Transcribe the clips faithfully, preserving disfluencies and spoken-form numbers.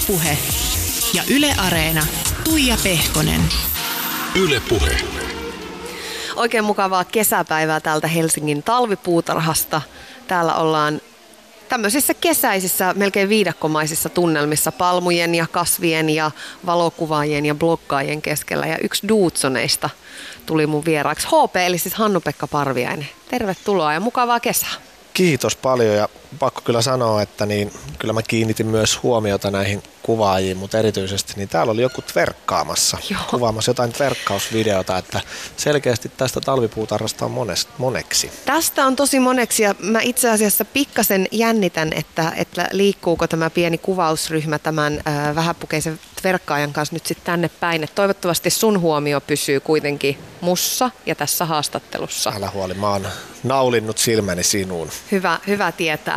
Puhe ja Yle Areena. Tuija Pehkonen. Yle Puhe. Oikein mukavaa kesäpäivää täältä Helsingin talvipuutarhasta. Täällä ollaan tämmöisissä kesäisissä, melkein viidakkomaisissa tunnelmissa palmujen ja kasvien ja valokuvaajien ja bloggaajien keskellä. Ja yksi duutsoneista tuli mun vieraaksi. H P eli siis Hannu-Pekka Parviainen. Tervetuloa ja mukavaa kesää. Kiitos paljon ja pakko kyllä sanoa, että niin, kyllä mä kiinnitin myös huomiota näihin kuvaajiin, mutta erityisesti niin täällä oli joku tverkkaamassa, Joo. kuvaamassa jotain tverkkausvideota, että selkeästi tästä talvipuutarhasta on mones, moneksi. Tästä on tosi moneksi ja mä itse asiassa pikkasen jännitän, että, että liikkuuko tämä pieni kuvausryhmä tämän äh, vähäpukeisen tverkkaajan kanssa nyt sitten tänne päin. Et toivottavasti sun huomio pysyy kuitenkin mussa ja tässä haastattelussa. Älä huoli, mä oon naulinnut silmäni sinuun. Hyvä, hyvä tietää.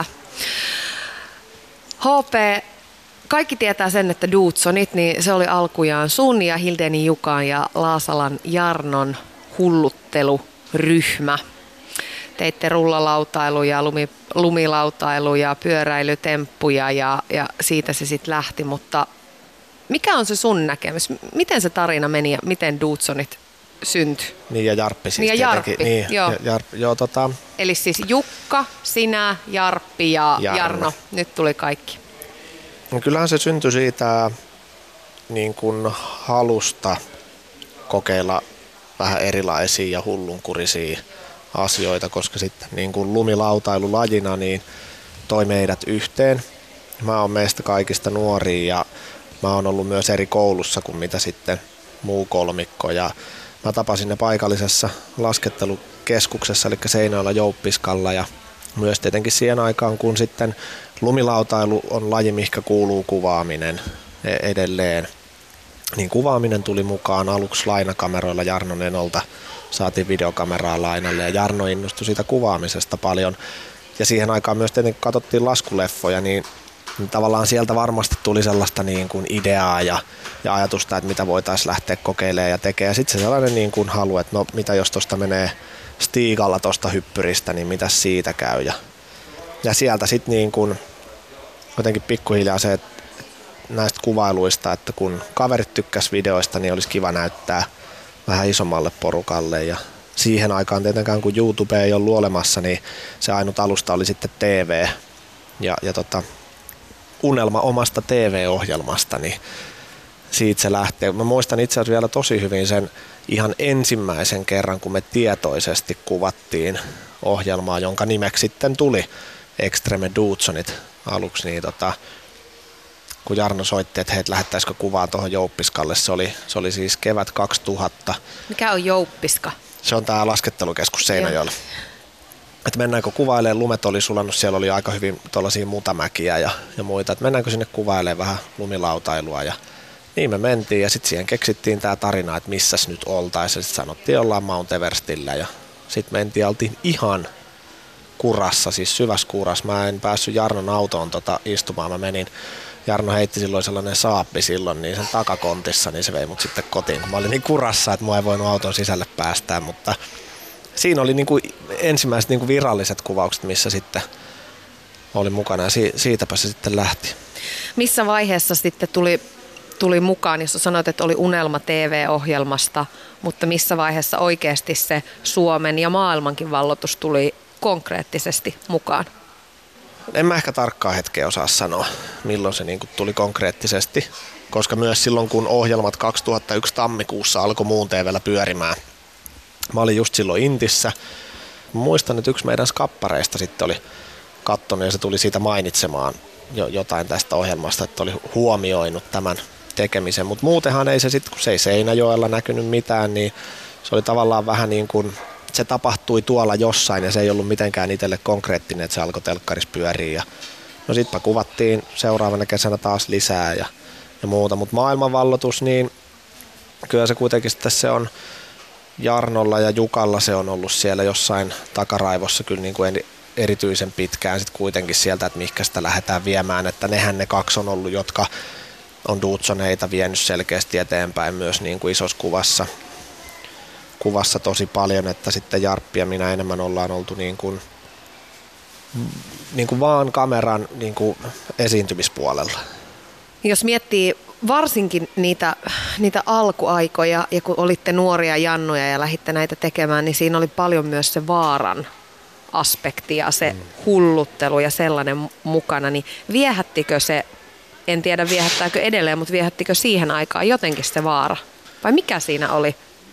H P, kaikki tietää sen, että Duutsonit, niin se oli alkujaan sun ja Hildeni Jukan ja Laasalan Jarnon hullutteluryhmä. Teitte rullalautailuja, lumi, lumilautailuja, pyöräilytemppuja ja, ja siitä se sitten lähti, mutta mikä on se sun näkemys? Miten se tarina meni ja miten Duutsonit syntyi? Niin ja Jarppi siis niin ja Jarppi, niin, joo. Jarppi, joo tota... Eli siis Jukka, sinä, Jarppi ja Jarno. Jarno. Nyt tuli kaikki. No kyllähän se syntyi siitä niin kuin halusta kokeilla vähän erilaisia ja hullunkurisia asioita, koska sitten niin kuin lumilautailu lajina niin toi meidät yhteen. Mä oon meistä kaikista nuoria ja mä oon ollut myös eri koulussa kuin mitä sitten muu kolmikko ja mä tapasin ne paikallisessa laskettelukeskuksessa, eli Seinäjoella Jouppiskalla ja myös tietenkin siihen aikaan, kun sitten lumilautailu on laji, mihinkä kuuluu kuvaaminen edelleen. Niin kuvaaminen tuli mukaan aluksi lainakameroilla Jarnon enolta, saatiin videokameraa lainalle ja Jarno innostui siitä kuvaamisesta paljon. Ja siihen aikaan myös tietenkin katsottiin laskuleffoja, niin niin tavallaan sieltä varmasti tuli sellaista niin kuin ideaa ja, ja ajatusta, että mitä voitaisiin lähteä kokeilemaan ja tekemään. Ja sitten se sellainen niin kuin halu, että no mitä jos tuosta menee stiigalla tuosta hyppyristä, niin mitä siitä käy. Ja, ja sieltä sitten niin kuin jotenkin pikkuhiljaa se, että näistä kuvailuista, että kun kaverit tykkäs videoista, niin olisi kiva näyttää vähän isommalle porukalle. Ja siihen aikaan tietenkään kun YouTube ei ollut olemassa, niin se ainut alusta oli sitten T V. Ja, ja tota, unelma omasta T V-ohjelmasta, niin siitä se lähtee. Mä muistan itse asiassa vielä tosi hyvin sen ihan ensimmäisen kerran, kun me tietoisesti kuvattiin ohjelmaa, jonka nimeksi sitten tuli Extreme Duutsonit aluksi, niin tota, kun Jarno soitti, että hei, lähettäisikö kuvaa tuohon Jouppiskalle, se oli, se oli siis kevät kaksituhatta. Mikä on Jouppiska? Se on tää laskettelukeskus Seinäjoella. Että mennäänkö kuvailemaan, lumet oli sulannut, siellä oli aika hyvin tuollaisia mutamäkiä ja, ja muita, että mennäänkö sinne kuvailemaan vähän lumilautailua ja niin me mentiin ja sitten siihen keksittiin tämä tarina, että missäs nyt oltaisiin ja sitten sanottiin ollaan Mount Everstillä ja sitten mentiin ja oltiin ihan kurassa, siis syvässä kurassa. Mä en päässyt Jarnon autoon tota istumaan, mä menin, Jarno heitti silloin sellainen saappi silloin, niin sen takakontissa, niin se vei mut sitten kotiin, kun mä olin niin kurassa, että mua ei voinut auton sisälle päästää, mutta siinä oli niin kuin ensimmäiset niin kuin viralliset kuvaukset, missä sitten olin mukana ja si- siitäpä se sitten lähti. Missä vaiheessa sitten tuli, tuli mukaan, jos sanoit, että oli unelma T V-ohjelmasta, mutta missä vaiheessa oikeasti se Suomen ja maailmankin valloitus tuli konkreettisesti mukaan? En mä ehkä tarkkaa hetkeä osaa sanoa, milloin se niin kuin tuli konkreettisesti, koska myös silloin kun ohjelmat kaksituhattayksi tammikuussa alkoi muun T V:llä pyörimään, mä olin just silloin Intissä. Mä muistan, että yksi meidän skappareista sitten oli katsonut ja se tuli siitä mainitsemaan jo jotain tästä ohjelmasta, että oli huomioinut tämän tekemisen. Mutta muutenhan ei se sitten, kun se ei Seinäjoella näkynyt mitään, niin se oli tavallaan vähän niin kuin, se tapahtui tuolla jossain ja se ei ollut mitenkään itselle konkreettinen, että se alkoi telkkarissa pyöriä. Ja no sittenpä kuvattiin seuraavana kesänä taas lisää ja, ja muuta. Mutta maailmanvalloitus, niin kyllä se kuitenkin sitten se on Jarnolla ja Jukalla se on ollut siellä jossain takaraivossa kyllä niin kuin erityisen pitkään sit kuitenkin sieltä, että mihinkä sitä lähdetään viemään, että nehän ne kaksi on ollut, jotka on Duutsoneita vienyt selkeästi eteenpäin myös niin kuin isossa kuvassa, kuvassa tosi paljon, että sitten Jarppi ja minä enemmän ollaan oltu niin kuin, niin kuin vaan kameran niin kuin esiintymispuolella. Jos miettii varsinkin niitä, niitä alkuaikoja ja kun olitte nuoria jannuja ja lähditte näitä tekemään, niin siinä oli paljon myös se vaaran aspekti ja se mm. hulluttelu ja sellainen mukana, niin viehättikö se, en tiedä viehättääkö edelleen, mutta viehättikö siihen aikaan jotenkin se vaara? Vai mikä siinä oli?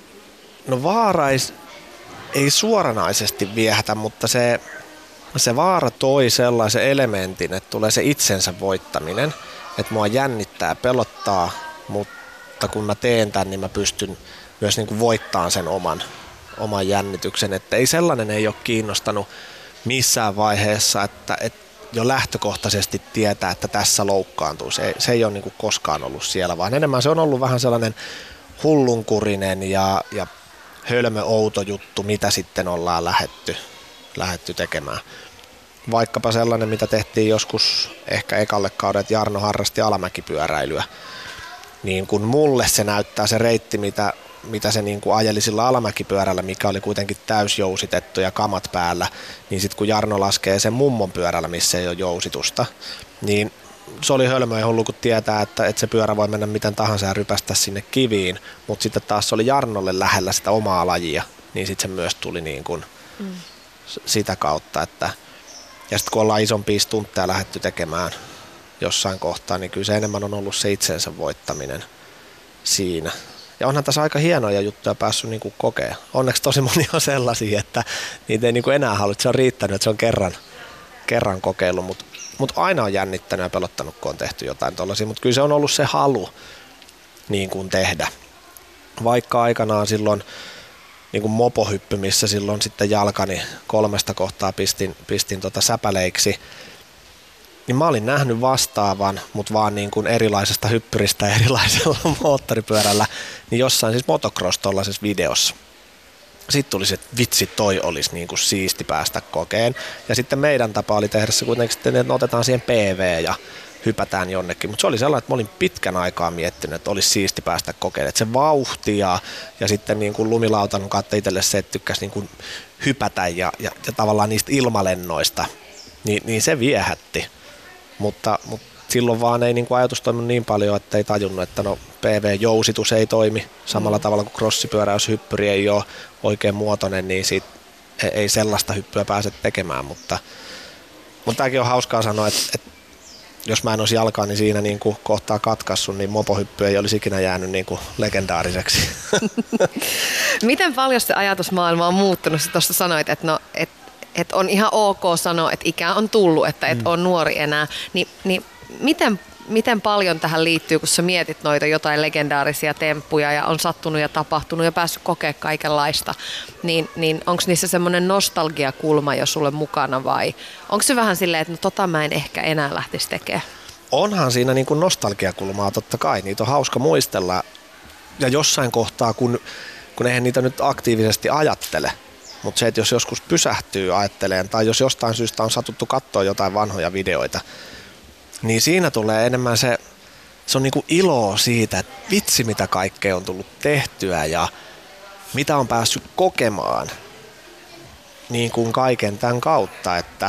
No vaara ei, ei suoranaisesti viehätä, mutta se, se vaara toi sellaisen elementin, että tulee se itsensä voittaminen, että mua jännittää, pelottaa, mutta kun mä teen tämän, niin mä pystyn myös niin kuin voittamaan sen oman, oman jännityksen. Että ei sellainen ei ole kiinnostanut missään vaiheessa, että, että jo lähtökohtaisesti tietää, että tässä loukkaantuu. Se, se ei ole niin kuin koskaan ollut siellä, vaan enemmän se on ollut vähän sellainen hullunkurinen ja, ja hölmö outo juttu, mitä sitten ollaan lähetty, lähetty tekemään. Vaikkapa sellainen, mitä tehtiin joskus ehkä ekalle kauden, että Jarno harrasti alamäkipyöräilyä. Niin kun mulle se näyttää se reitti, mitä, mitä se niin kuin ajeli sillä alamäkipyörällä, mikä oli kuitenkin täysjousitettu ja kamat päällä, niin sitten kun Jarno laskee sen mummon pyörällä, missä ei ole jousitusta, niin se oli hölmö ja hullu, kun tietää, että, että se pyörä voi mennä miten tahansa ja rypästä sinne kiviin, mutta sitten taas se oli Jarnolle lähellä sitä omaa lajia, niin sitten se myös tuli niin kuin mm. sitä kautta, että ja sitten kun ollaan isompia stuntteja lähdetty tekemään jossain kohtaa, niin kyllä se enemmän on ollut se itsensä voittaminen siinä. Ja onhan tässä aika hienoja juttuja päässyt niin kuin kokea. Onneksi tosi moni on sellaisia, että niitä ei niin kuin enää halua. Se on riittänyt, että se on kerran, kerran kokeillut, mutta mut aina on jännittänyt ja pelottanut, kun on tehty jotain tollaisia. Mutta kyllä se on ollut se halu niin kuin tehdä. Vaikka aikanaan silloin niin kuin mopohyppy, missä silloin sitten jalkani kolmesta kohtaa pistin, pistin tota säpäleiksi, niin mä olin nähnyt vastaavan, mutta vaan niin kuin erilaisesta hyppyristä ja erilaisella moottoripyörällä, niin jossain siis motocross tollaisessa videossa. Sitten tuli se, että vitsi, toi olisi niin kuin siisti päästä kokeen. Ja sitten meidän tapa oli tehdä se kuitenkin sitten, että otetaan siihen P V ja hypätään jonnekin. Mutta se oli sellainen, että mä olin pitkän aikaa miettinyt, että olisi siisti päästä kokeilemaan. Että se vauhti ja, ja sitten niin kuin lumilautan kautta itselle se, että tykkäsi niin kuin hypätä ja, ja, ja tavallaan niistä ilmalennoista, niin, niin se viehätti. Mutta, mutta silloin vaan ei niin kuin ajatus toiminut niin paljon, että ei tajunnut, että no P V-jousitus ei toimi samalla mm. tavalla kuin crossipyörä, jos hyppyri ei ole oikein muotoinen, niin siitä ei sellaista hyppyä pääse tekemään. Mutta, mutta tämäkin on hauskaa sanoa, että, että jos mä en olisi jalkaa, niin siinä niin kuin kohtaa katkaissut, niin mopohyppy ei olisi ikinä jäänyt niin kuin legendaariseksi. Miten paljon se ajatusmaailma on muuttunut? Sä tuossa sanoit, että no, et, et on ihan ok sanoa, että ikä on tullut, että et mm. on nuori enää. Ni, niin miten, miten paljon tähän liittyy, kun sä mietit noita jotain legendaarisia temppuja ja on sattunut ja tapahtunut ja päässyt kokemaan kaikenlaista, niin, niin onko niissä semmoinen nostalgiakulma jo sulle mukana vai onko se vähän silleen, että no tota mä en ehkä enää lähtisi tekemään? Onhan siinä niin kuin nostalgiakulmaa totta kai, niitä on hauska muistella ja jossain kohtaa, kun, kun eihän niitä nyt aktiivisesti ajattele, mutta se, että jos joskus pysähtyy ajatteleen tai jos jostain syystä on satuttu katsoa jotain vanhoja videoita, niin siinä tulee enemmän se, se on niinku iloa siitä, että vitsi mitä kaikkea on tullut tehtyä ja mitä on päässyt kokemaan niin kuin kaiken tämän kautta, että,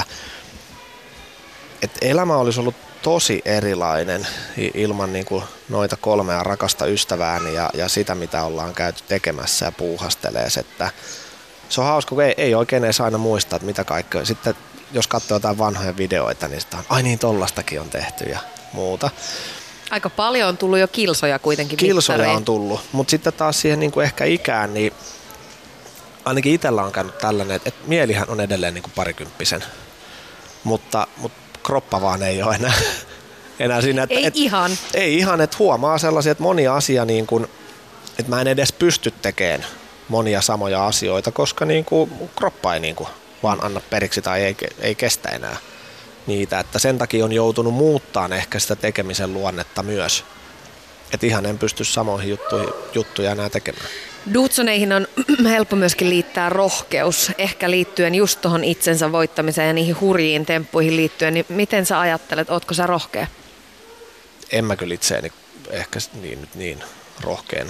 että elämä olisi ollut tosi erilainen ilman niinku noita kolmea rakasta ystävääni ja, ja sitä mitä ollaan käyty tekemässä ja puuhastelee, että se on hauska, kun ei, ei oikein edes aina muista, että mitä kaikkea. Sitten jos katsoo jotain vanhoja videoita, niin sitä on, ai niin, tollastakin on tehty ja muuta. Aika paljon on tullut jo kilsoja kuitenkin. Kilsoja mittarein. on tullut, mutta sitten taas siihen niin kuin ehkä ikään, niin ainakin itsellä on käynyt tällainen, että mielihän on edelleen niin kuin parikymppisen, mutta, mutta kroppa vaan ei ole enää, enää siinä. Että, ei et, ihan. Ei ihan, että huomaa sellaisia, että moni asia, niin kuin, että mä en edes pysty tekemään monia samoja asioita, koska niin kuin kroppa ei niin kuin vaan anna periksi tai ei, ei kestä enää niitä. Että sen takia on joutunut muuttamaan ehkä sitä tekemisen luonnetta myös. Että ihan en pysty samoihin juttuihin, juttuja enää tekemään. Dudsoneihin on helppo myöskin liittää rohkeus, ehkä liittyen just tuohon itsensä voittamiseen ja niihin hurjiin temppuihin liittyen. Niin miten sä ajattelet, ootko sä rohkea? En mä kyllä itseäni ehkä niin, nyt niin rohkeana.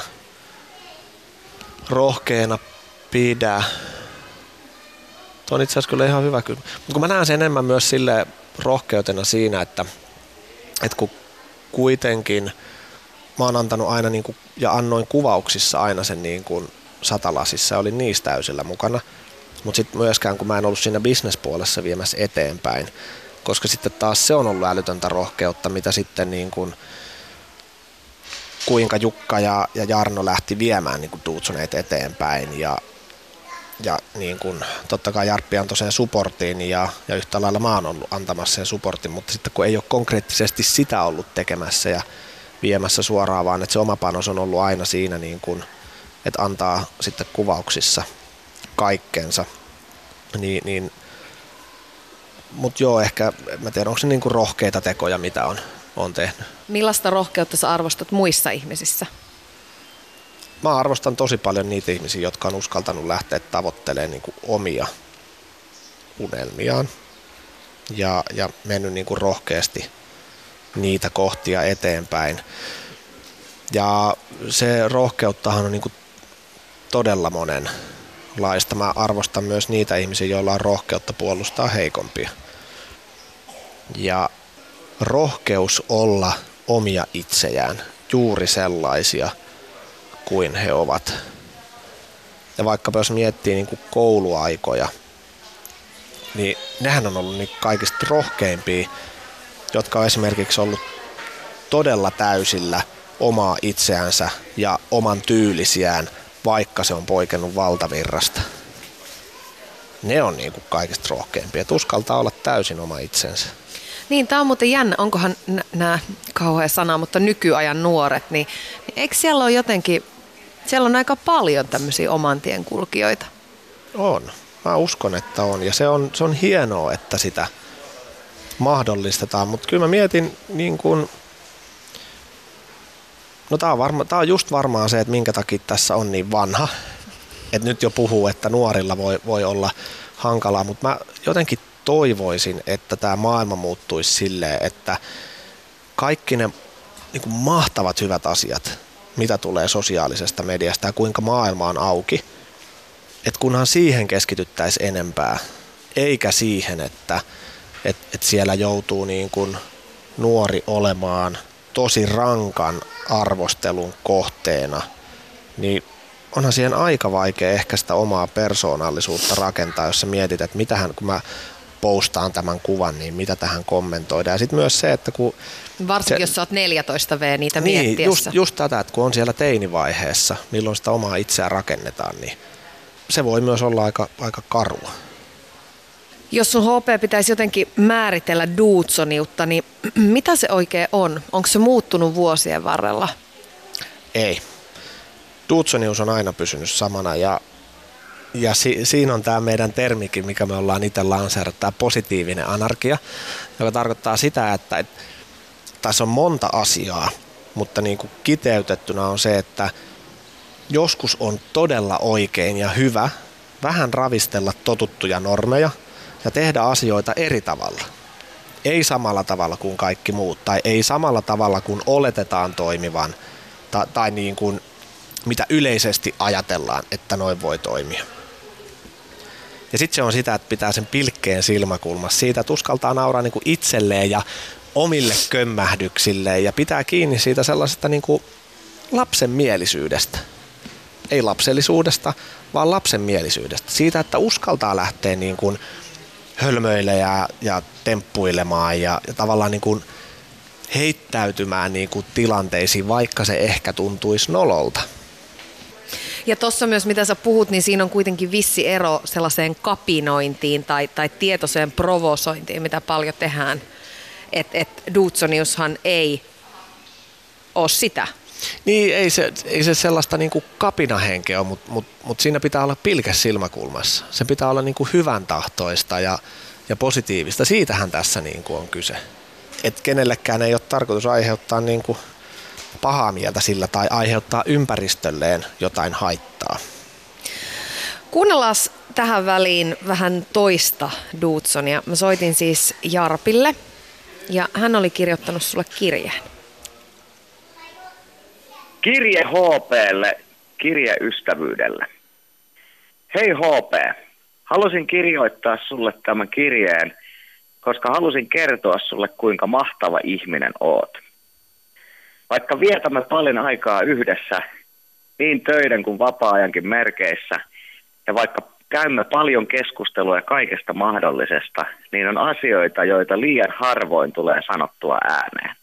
Rohkeana pidä. Tuo on itse asiassa kyllä ihan hyvä kyllä. Mutta kun mä näen sen enemmän myös sille rohkeutena siinä, että, että kun kuitenkin mä oon antanut aina niin kuin, ja annoin kuvauksissa aina sen niin kuin satalasissa ja olin niistä täysillä mukana. Mutta sitten myöskään kun mä en ollut siinä bisnespuolessa viemässä eteenpäin, koska sitten taas se on ollut älytöntä rohkeutta, mitä sitten niin kuin, kuinka Jukka ja, ja Jarno lähti viemään niin kuin Duutsoneita eteenpäin ja, ja niin kuin, totta kai Jarppi antoi sen supportiin ja, ja yhtä lailla mä oon ollut antamassa sen supportin, mutta sitten kun ei ole konkreettisesti sitä ollut tekemässä ja viemässä suoraan, vaan että se oma panos on ollut aina siinä, niin kuin, että antaa sitten kuvauksissa kaikkensa, niin, niin mutta joo, ehkä, mä tiedän, onko se niin kuin rohkeita tekoja, mitä on, on tehnyt. Millaista rohkeutta sä arvostat muissa ihmisissä? Mä arvostan tosi paljon niitä ihmisiä, jotka on uskaltanut lähteä tavoittelemaan niin kuin omia unelmiaan ja, ja mennyt niin kuin rohkeasti niitä kohtia eteenpäin. Ja se rohkeuttahan on niin kuin todella monenlaista. Mä arvostan myös niitä ihmisiä, joilla on rohkeutta puolustaa heikompia. Ja rohkeus olla omia itsejään, juuri sellaisia kuin he ovat. Ja vaikkapa jos miettii niin kuin kouluaikoja, niin nehän on ollut niin kaikista rohkeimpia, jotka on esimerkiksi ollut todella täysillä omaa itseänsä ja oman tyylisiään, vaikka se on poikennut valtavirrasta. Ne on niin kuin kaikista rohkeimpia, että uskaltaa olla täysin oma itsensä. Niin, tämä on muuten jännä, onkohan nämä kauhea sana, mutta nykyajan nuoret, niin, niin eikö siellä ole jotenkin, siellä on aika paljon tämmöisiä oman tien kulkijoita? On, mä uskon, että on ja se on, se on hienoa, että sitä mahdollistetaan, mutta kyllä mä mietin niin kuin, no tää on, varma, tää on just varmaan se, että minkä takia tässä on niin vanha, että nyt jo puhuu, että nuorilla voi, voi olla hankalaa, mutta mä jotenkin toivoisin, että tämä maailma muuttuisi silleen, että kaikki ne niin kuin mahtavat hyvät asiat, mitä tulee sosiaalisesta mediasta ja kuinka maailma on auki, että kunhan siihen keskityttäisiin enempää, eikä siihen, että et, et siellä joutuu niin kuin nuori olemaan tosi rankan arvostelun kohteena, niin onhan siihen aika vaikea ehkä sitä omaa persoonallisuutta rakentaa, jos sä mietit, että mitähän, kun mä postaan tämän kuvan, niin mitä tähän kommentoidaan. Ja sitten myös se, että kun varsinkin se, jos sä oot neljätoista vuotta niitä niin, miettiessä. Just, just tätä, että kun on siellä teinivaiheessa, milloin sitä omaa itseään rakennetaan, niin se voi myös olla aika, aika karua. Jos sun H P pitäisi jotenkin määritellä duutsoniutta, niin mitä se oikein on? Onko se muuttunut vuosien varrella? Ei. Duutsonius on aina pysynyt samana ja, ja si, siinä on tämä meidän termikin, mikä me ollaan itse lanseerattu, tämä positiivinen anarkia, joka tarkoittaa sitä, että et, tässä on monta asiaa, mutta niin kuin kiteytettynä on se, että joskus on todella oikein ja hyvä vähän ravistella totuttuja normeja ja tehdä asioita eri tavalla. Ei samalla tavalla kuin kaikki muut tai ei samalla tavalla kuin oletetaan toimivan tai, tai niin kuin mitä yleisesti ajatellaan, että noin voi toimia. Ja sitten se on sitä, että pitää sen pilkkeen silmäkulmassa siitä, että uskaltaa nauraa niin kuin itselleen ja omille kömmähdyksilleen ja pitää kiinni siitä sellaisesta niin kuin lapsenmielisyydestä. Ei lapsellisuudesta, vaan lapsenmielisyydestä. Siitä, että uskaltaa lähteä niin kuin hölmöille ja, ja temppuilemaan ja, ja tavallaan niin kuin heittäytymään niin kuin tilanteisiin, vaikka se ehkä tuntuisi nololta. Ja tuossa myös, mitä sä puhut, niin siinä on kuitenkin vissi ero sellaiseen kapinointiin tai, tai tietoiseen provosointiin, mitä paljon tehdään. Että et duutsoniushan ei ole sitä. Niin, ei se, ei se sellaista niin kuin kapinahenkeä ole, mutta mut, mut siinä pitää olla pilkäs silmäkulmassa. Se pitää olla niin kuin hyvän tahtoista ja, ja positiivista. Siitähän tässä niin kuin on kyse. Että kenellekään ei ole tarkoitus aiheuttaa niin kuin pahaa mieltä sillä tai aiheuttaa ympäristölleen jotain haittaa. Kuunnellaan tähän väliin vähän toista Duutsonia. Mä soitin siis Jarpille ja hän oli kirjoittanut sulle kirjeen. Kirje H P:lle, kirje ystävyydelle. Hei H P, halusin kirjoittaa sulle tämän kirjeen, koska halusin kertoa sulle, kuinka mahtava ihminen oot. Vaikka vietämme paljon aikaa yhdessä, niin töiden kuin vapaa-ajankin merkeissä, ja vaikka käymme paljon keskustelua kaikesta mahdollisesta, niin on asioita, joita liian harvoin tulee sanottua ääneen.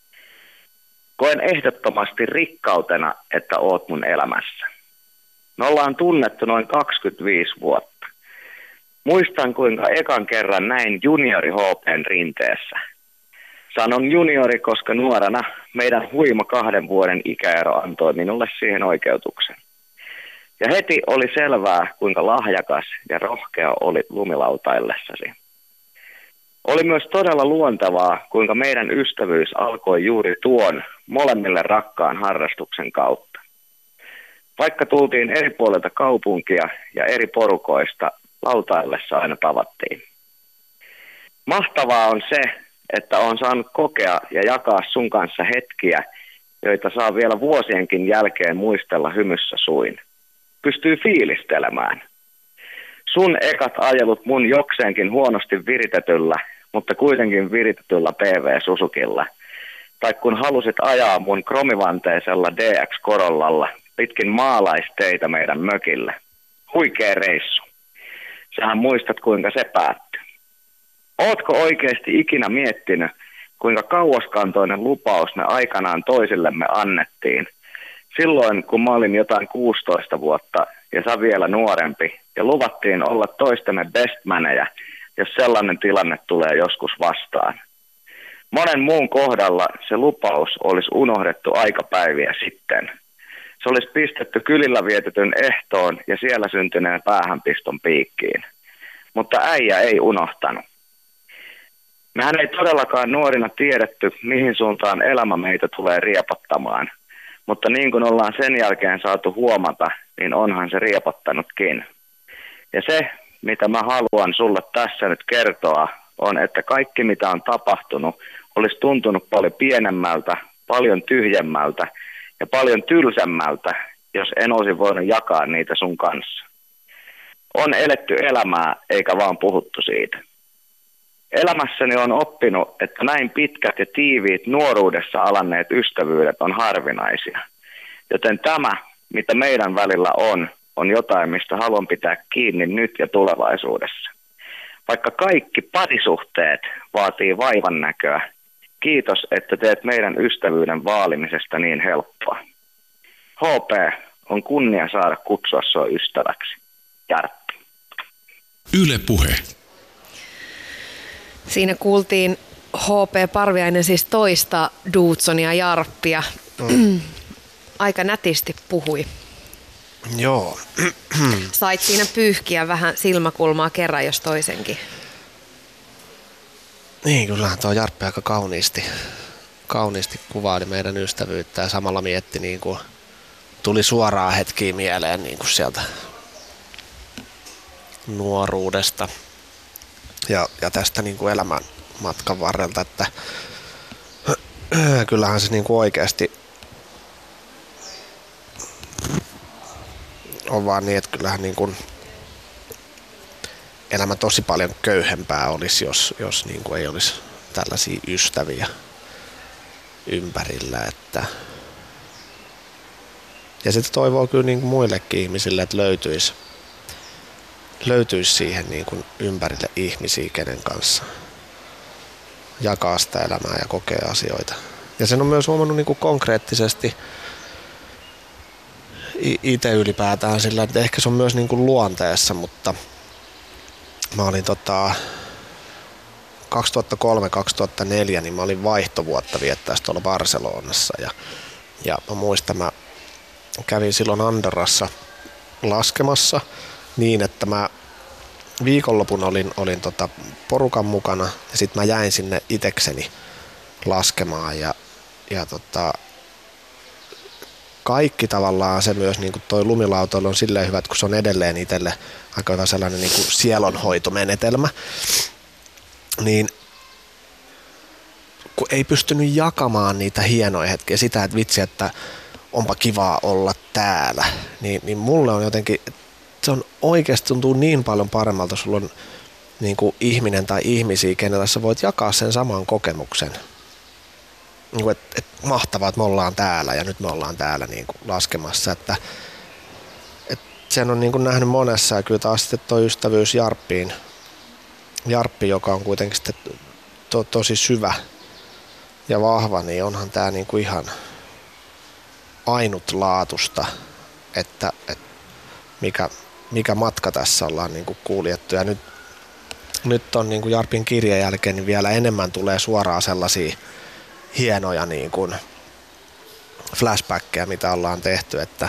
Koen ehdottomasti rikkautena, että oot mun elämässä. Me ollaan tunnettu noin kaksikymmentäviisi vuotta. Muistan, kuinka ekan kerran näin juniori H P:n rinteessä. Sanon juniori, koska nuorena meidän huima kahden vuoden ikäero antoi minulle siihen oikeutuksen. Ja heti oli selvää, kuinka lahjakas ja rohkea oli lumilautaillessasi. Oli myös todella luontevaa, kuinka meidän ystävyys alkoi juuri tuon molemmille rakkaan harrastuksen kautta. Vaikka tultiin eri puolilta kaupunkia ja eri porukoista, lautaillessa aina tavattiin. Mahtavaa on se, että on saanut kokea ja jakaa sun kanssa hetkiä, joita saa vielä vuosienkin jälkeen muistella hymyssä suin. Pystyy fiilistelemään. Sun ekat ajelut mun jokseenkin huonosti viritetyllä, mutta kuitenkin viritetyllä P V Susukilla. Tai kun halusit ajaa mun kromivanteisella D X Corollalla pitkin maalaisteitä meidän mökille. Huikea reissu. Sähän muistat, kuinka se päättyi. Ootko oikeasti ikinä miettinyt, kuinka kauaskantoinen lupaus me aikanaan toisillemme annettiin? Silloin, kun mä olin jotain kuusitoista vuotta ja sä vielä nuorempi, ja luvattiin olla toistemme bestmanejä, jos sellainen tilanne tulee joskus vastaan. Monen muun kohdalla se lupaus olisi unohdettu aikapäiviä sitten. Se olisi pistetty kylillä vietetyn ehtoon ja siellä syntyneen päähänpiston piikkiin. Mutta äijä ei unohtanut. Mehän ei todellakaan nuorina tiedetty, mihin suuntaan elämä meitä tulee riepottamaan. Mutta niin kuin ollaan sen jälkeen saatu huomata, niin onhan se riepottanutkin. Ja se, mitä mä haluan sulle tässä nyt kertoa, on, että kaikki mitä on tapahtunut, olisi tuntunut paljon pienemmältä, paljon tyhjemmältä ja paljon tylsemmältä, jos en olisi voinut jakaa niitä sun kanssa. On eletty elämää, eikä vaan puhuttu siitä. Elämässäni on oppinut, että näin pitkät ja tiiviit nuoruudessa alanneet ystävyydet on harvinaisia. Joten tämä, mitä meidän välillä on, on jotain, mistä haluan pitää kiinni nyt ja tulevaisuudessa. Vaikka kaikki parisuhteet vaatii vaivan näköä, kiitos, että teet meidän ystävyyden vaalimisesta niin helppoa. H P, on kunnia saada kutsua sua ystäväksi. Jarppi. Yle Puhe. Siinä kuultiin H P Parviainen siis toista Duutsonia Jarppia. Mm. Aika nätisti puhui. Joo. Sait siinä pyyhkiä vähän silmäkulmaa kerran jos toisenkin. Niin, kyllähän tuo Jarppi aika kauniisti, kauniisti kuvaili meidän ystävyyttä ja samalla mietti, niin kuin tuli suoraan hetkiä mieleen niin kuin sieltä nuoruudesta ja, ja tästä niin kuin elämän matkan varrelta, että kyllähän se niin kuin oikeasti on vaan niin, että kyllähän niin kuin elämä tosi paljon köyhempää olisi, jos, jos niin kuin ei olisi tällaisia ystäviä ympärillä. Että ja sitten toivoo kyllä niin kuin muillekin ihmisille, että löytyisi, löytyisi siihen niin kuin ympärille ihmisiä, kenen kanssa jakaa sitä elämää ja kokea asioita. Ja sen on myös huomannut niin kuin konkreettisesti itse ylipäätään sillä, että ehkä se on myös niin kuin luonteessa, mutta mä olin tota kaksituhattakolme kaksituhattaneljä, niin mä olin vaihtovuotta viettää tuolla Barcelonassa ja, ja mä muistan, mä kävin silloin Andorrassa laskemassa niin, että mä viikonlopun olin, olin tota porukan mukana ja sitten mä jäin sinne itekseni laskemaan ja, ja tota, kaikki tavallaan se myös niin kuin toi lumilautailu on silleen hyvä, että kun se on edelleen itselle aika hyvä sellainen niin kuin sielonhoitomenetelmä, niin kun ei pystynyt jakamaan niitä hienoja hetkiä, sitä, että vitsi, että onpa kivaa olla täällä, niin, niin mulle on jotenkin, se on oikeasti tuntuu niin paljon paremmalta, sulla on niin kuin ihminen tai ihmisiä, kenellä sä voit jakaa sen saman kokemuksen. niin kuin, että, että mahtavaa, että me ollaan täällä ja nyt me ollaan täällä niin kuin laskemassa. Että, että sen on niin kuin nähnyt monessa ja kyllä taas sitten tuo ystävyys Jarppiin, Jarppi, joka on kuitenkin sitten to, tosi syvä ja vahva, niin onhan tämä niin kuin ihan ainutlaatusta, että, että mikä, mikä matka tässä ollaan niin kuin kuljettu. Ja nyt, nyt on niin kuin Jarpin kirjan jälkeen niin vielä enemmän tulee suoraan sellaisia hienoja niin kuin flashbackkejä, mitä ollaan tehty, että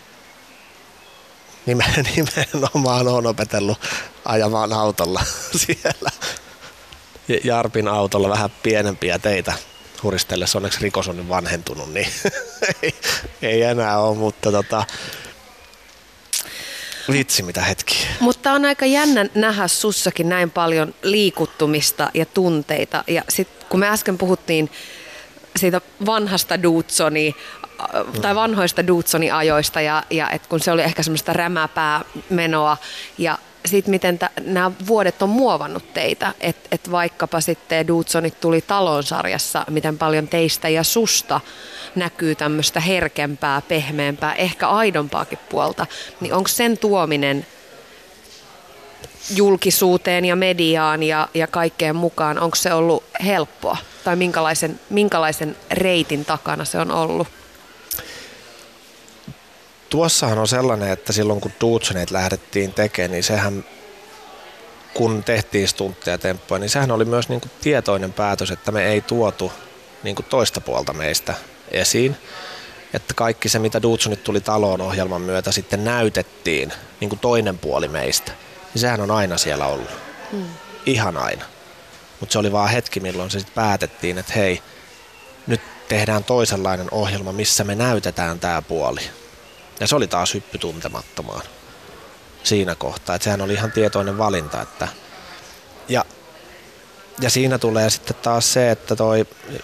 nimenomaan olen opetellut ajamaan autolla siellä. Jarpin autolla vähän pienempiä teitä huristellessa, onneksi rikos on nyt vanhentunut, niin ei, ei enää ole, mutta tota, vitsi mitä hetki. Mutta on aika jännä nähdä sussakin näin paljon liikuttumista ja tunteita. Ja sitten kun me äsken puhuttiin siitä vanhasta Dudsonia, tai vanhoista Dudsonin-ajoista, ja, ja et kun se oli ehkä semmoista rämäpää menoa, ja sitten miten nämä vuodet on muovannut teitä, että et vaikkapa sitten Dudsonit tuli talonsarjassa, miten paljon teistä ja susta näkyy tämmöistä herkempää, pehmeämpää, ehkä aidompaakin puolta, niin onko sen tuominen julkisuuteen ja mediaan ja, ja kaikkeen mukaan, onko se ollut helppoa? Tai minkälaisen, minkälaisen reitin takana se on ollut? Tuossahan on sellainen, että silloin kun Dudsonit lähdettiin tekemään, niin sehän, kun tehtiin stuntteja ja temppuja, niin sehän oli myös niin kuin tietoinen päätös, että me ei tuotu niin kuin toista puolta meistä esiin. Että kaikki se, mitä Dudsonit tuli taloon ohjelman myötä, sitten näytettiin niin kuin toinen puoli meistä. Niin sehän on aina siellä ollut. Hmm. Ihan aina. Mutta se oli vaan hetki, milloin se sitten päätettiin, että hei, nyt tehdään toisenlainen ohjelma, missä me näytetään tämä puoli. Ja se oli taas hyppy tuntemattomaan siinä kohtaa. Että sehän oli ihan tietoinen valinta. Että ja, ja siinä tulee sitten taas se, että toi,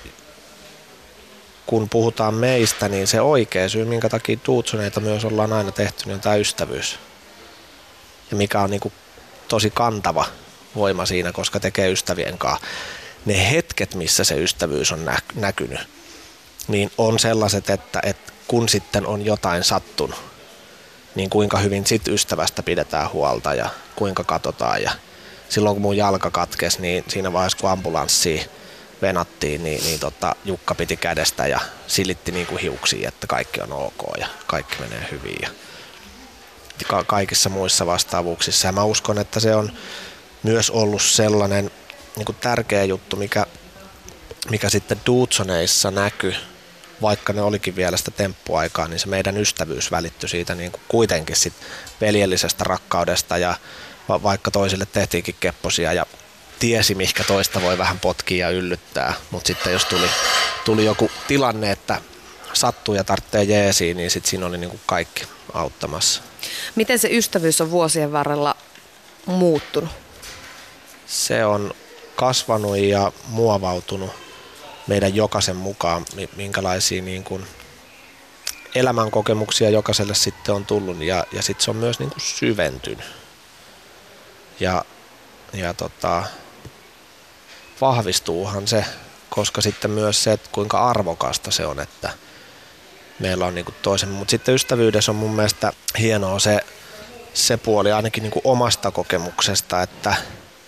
kun puhutaan meistä, niin se oikea syy, minkä takia Dudsoneita myös ollaan aina tehty, niin on tämä ystävyys. Ja mikä on niinku tosi kantava voima siinä, koska tekee ystävien kanssa. Ne hetket, missä se ystävyys on nä- näkynyt, niin on sellaiset, että, että kun sitten on jotain sattunut, niin kuinka hyvin sit ystävästä pidetään huolta ja kuinka katsotaan. Ja silloin kun mun jalka katkesi, niin siinä vaiheessa kun ambulanssia venattiin, niin, niin tota, Jukka piti kädestä ja silitti niin kuin hiuksia, että kaikki on ok ja kaikki menee hyvin. Ja ka- kaikissa muissa vastaavuuksissa. Ja mä uskon, että se on myös ollut sellainen niin kuin tärkeä juttu, mikä, mikä sitten Dudsoneissa näkyi, vaikka ne olikin vielä sitä temppuaikaa, niin se meidän ystävyys välittyi siitä niin kuin kuitenkin sit veljellisestä rakkaudesta ja va- vaikka toisille tehtiinkin kepposia ja tiesi, mihinkä toista voi vähän potkia ja yllyttää, mutta sitten jos tuli, tuli joku tilanne, että sattuu ja tarvitsee jeesiä, niin sitten siinä oli niin kuin kaikki auttamassa. Miten se ystävyys on vuosien varrella muuttunut? Se on kasvanut ja muovautunut meidän jokaisen mukaan, minkälaisia niin kuin elämänkokemuksia jokaiselle sitten on tullut ja, ja sitten se on myös niin kuin syventynyt. Ja, ja tota, vahvistuuhan se, koska sitten myös se, että kuinka arvokasta se on, että meillä on niin kuin toisen. Mutta sitten ystävyydessä on mun mielestä hienoa se, se puoli ainakin niin kuin omasta kokemuksesta, että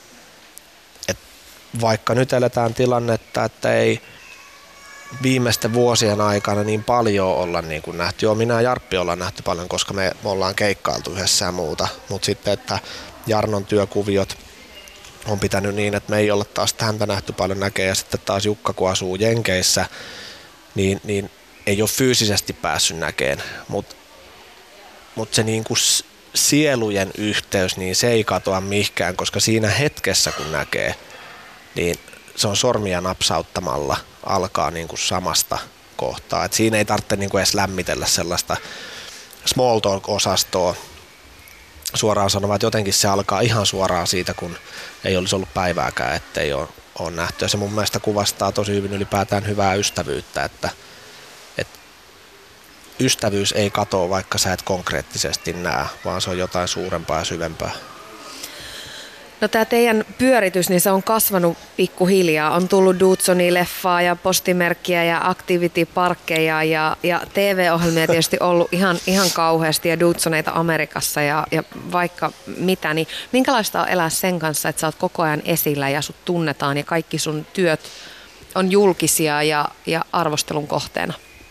vaikka nyt eletään tilannetta, että ei viimeisten vuosien aikana niin paljon olla niin kuin nähty. Joo, minä ja Jarppi ollaan nähty paljon, koska me, me ollaan keikkailtu yhdessä ja muuta. Mutta sitten, että Jarnon työkuviot on pitänyt niin, että me ei olla taas häntä nähty paljon näkee. Ja sitten taas Jukka, kun asuu Jenkeissä, niin, niin ei ole fyysisesti päässyt näkeen. Mutta mut se niin kuin sielujen yhteys, niin se ei katoa mihinkään, koska siinä hetkessä, kun näkee, niin se on sormia napsauttamalla alkaa niin kuin samasta kohtaa. Et siinä ei tarvitse niin kuin edes lämmitellä sellaista small talk-osastoa suoraan sanomaan, että jotenkin se alkaa ihan suoraan siitä, kun ei olisi ollut päivääkään, ettei ole, ole nähty. Ja se mun mielestä kuvastaa tosi hyvin ylipäätään hyvää ystävyyttä, että, että ystävyys ei katoa, vaikka sä et konkreettisesti näe, vaan se on jotain suurempaa ja syvempää. No tämä teidän pyöritys, niin se on kasvanut pikkuhiljaa. On tullut Dudesoni-leffaa ja postimerkkiä ja activity-parkkeja ja, ja T V-ohjelmia tietysti ollut ihan, ihan kauheasti ja Dudesoneita Amerikassa ja, ja vaikka mitä. Niin minkälaista on elää sen kanssa, että sä oot koko ajan esillä ja sut tunnetaan ja kaikki sun työt on julkisia ja, ja arvostelun kohteena?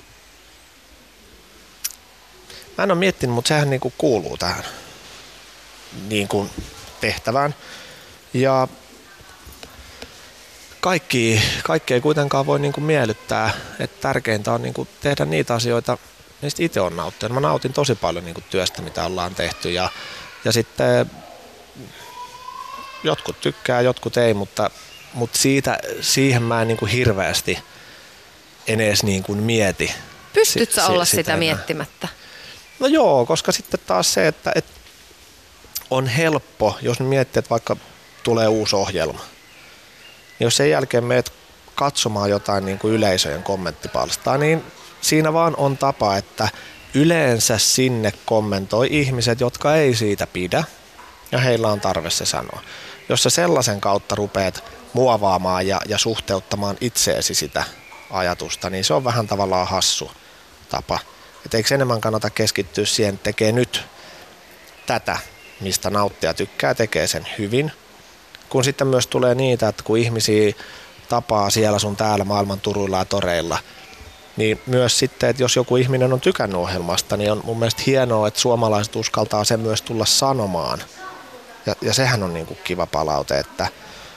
Mä en ole miettinyt, mutta sehän niinku kuuluu tähän niinku tehtävään. Ja kaikki, kaikki ei kuitenkaan voi niinku miellyttää, että tärkeintä on niinku tehdä niitä asioita, mistä itse on nauttinut. Mä nautin tosi paljon niinku työstä, mitä ollaan tehty ja, ja sitten jotkut tykkää, jotkut ei, mutta, mutta siitä, siihen mä en niinku hirveästi en edes niinku mieti. Pystytkö si, olla si, sitä, sitä miettimättä? No joo, koska sitten taas se, että, että on helppo, jos miettii, että vaikka tulee uusi ohjelma, niin jos sen jälkeen menet katsomaan jotain niin kuin yleisöjen kommenttipalstaa, niin siinä vaan on tapa, että yleensä sinne kommentoi ihmiset, jotka ei siitä pidä, ja heillä on tarve se sanoa. Jos sä sellaisen kautta rupeat muovaamaan ja, ja suhteuttamaan itseesi sitä ajatusta, niin se on vähän tavallaan hassu tapa. Et eikö enemmän kannata keskittyä siihen, että tekee nyt tätä, mistä nauttia tykkää, tekee sen hyvin. Kun sitten myös tulee niitä, että kun ihmisiä tapaa siellä sun täällä maailman turuilla ja toreilla, niin myös sitten, että jos joku ihminen on tykännyt ohjelmasta, niin on mun mielestä hienoa, että suomalaiset uskaltaa sen myös tulla sanomaan. Ja, ja sehän on niin kuin kiva palaute. Että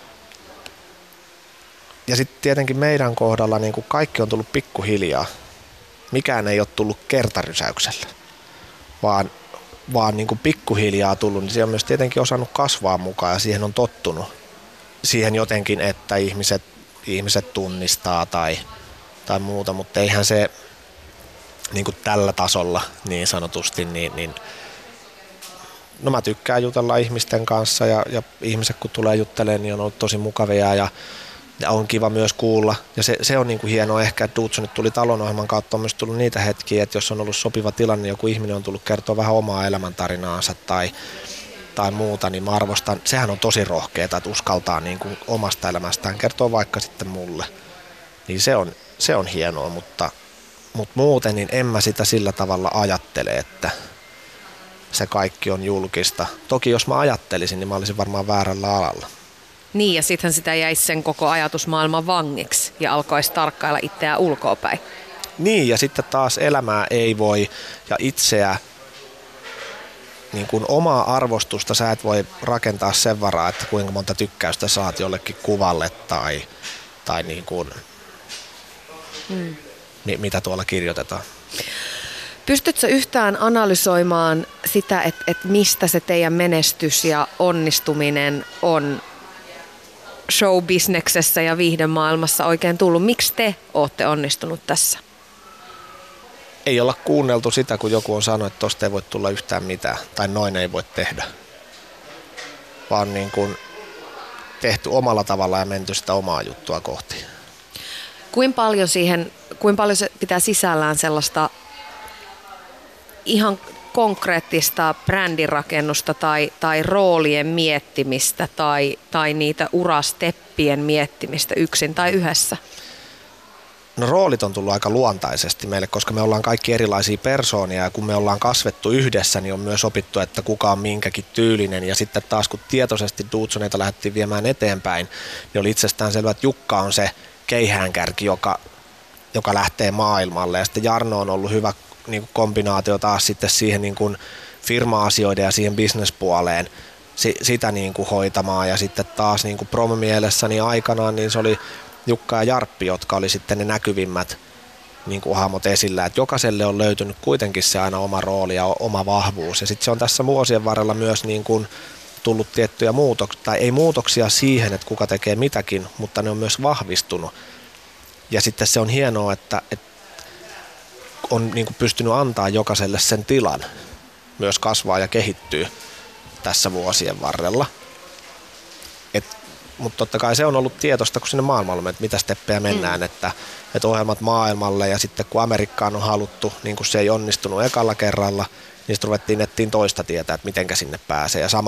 ja sitten tietenkin meidän kohdalla niin kuin kaikki on tullut pikkuhiljaa. Mikään ei ole tullut kertarysäyksellä, vaan, vaan niin kuin pikkuhiljaa tullut, niin se on myös tietenkin osannut kasvaa mukaan ja siihen on tottunut. Siihen jotenkin, että ihmiset, ihmiset tunnistaa tai, tai muuta, mutta eihän se niin kuin tällä tasolla niin sanotusti, niin, niin no mä tykkään jutella ihmisten kanssa ja, ja ihmiset kun tulee juttelemaan, niin on ollut tosi mukavia ja Ja on kiva myös kuulla. Ja se, se on niin kuin hienoa ehkä, että Dudesonit tuli talonohjelman kautta. On myös tullut niitä hetkiä, että jos on ollut sopiva tilanne, joku ihminen on tullut kertoa vähän omaa elämäntarinaansa tai, tai muuta, niin mä arvostan. Sehän on tosi rohkeaa, että uskaltaa niin kuin omasta elämästään kertoa vaikka sitten mulle. Niin se on, se on hienoa, mutta, mutta muuten niin en mä sitä sillä tavalla ajattele, että se kaikki on julkista. Toki jos mä ajattelisin, niin mä olisin varmaan väärällä alalla. Niin, ja sittenhän sitä jäisi sen koko ajatusmaailman vangiksi ja alkaisi tarkkailla itseään ulkoapäin. Niin, ja sitten taas elämää ei voi, ja itseä, niin kuin omaa arvostusta sä et voi rakentaa sen varaa, että kuinka monta tykkäystä saat jollekin kuvalle tai, tai niin kuin, hmm. mi, mitä tuolla kirjoitetaan. Pystytkö yhtään analysoimaan sitä, että, että mistä se teidän menestys ja onnistuminen on showbisneksessä ja viihdemaailmassa oikein tullut? Miksi te olette onnistunut tässä? Ei olla kuunneltu sitä, kun joku on sanonut, että tosta ei voi tulla yhtään mitään tai noin ei voi tehdä. Vaan niin kuin tehty omalla tavalla ja menty sitä omaa juttua kohti. Kuinka paljon siihen, kuinka paljon se pitää sisällään sellaista ihan konkreettista brändirakennusta tai, tai roolien miettimistä tai, tai niitä urasteppien miettimistä yksin tai yhdessä? No roolit on tullut aika luontaisesti meille, koska me ollaan kaikki erilaisia persoonia ja kun me ollaan kasvettu yhdessä, niin on myös opittu, että kuka on minkäkin tyylinen. Ja sitten taas kun tietoisesti Dudesoneita lähdettiin viemään eteenpäin, niin oli itsestään selvä, että Jukka on se keihäänkärki, joka, joka lähtee maailmalle. Ja sitten Jarno on ollut hyvä niin kuin kombinaatio taas sitten siihen niin kuin firma-asioiden ja siihen business-puoleen si, sitä niin kuin hoitamaan. Ja sitten taas niin kuin promomielessä niin aikanaan niin se oli Jukka ja Jarppi, jotka oli sitten ne näkyvimmät niin kuin hahmot esillä. Et jokaiselle on löytynyt kuitenkin se aina oma rooli ja oma vahvuus. Ja sitten se on tässä vuosien varrella myös niin kuin tullut tiettyjä muutoksia, tai ei muutoksia siihen, että kuka tekee mitäkin, mutta ne on myös vahvistunut. Ja sitten se on hienoa, että, että on niin kuin pystynyt antaa jokaiselle sen tilan myös kasvaa ja kehittyy tässä vuosien varrella. Et, mutta totta kai se on ollut tietoista, kun sinne maailmalle, että mitä steppejä mennään, mm. että, että ohjelmat maailmalle ja sitten kun Amerikkaan on haluttu, niin kun se ei onnistunut ekalla kerralla, niin sitten ruvettiin ettiin toista tietää, että mitenkä sinne pääsee. Ja samalla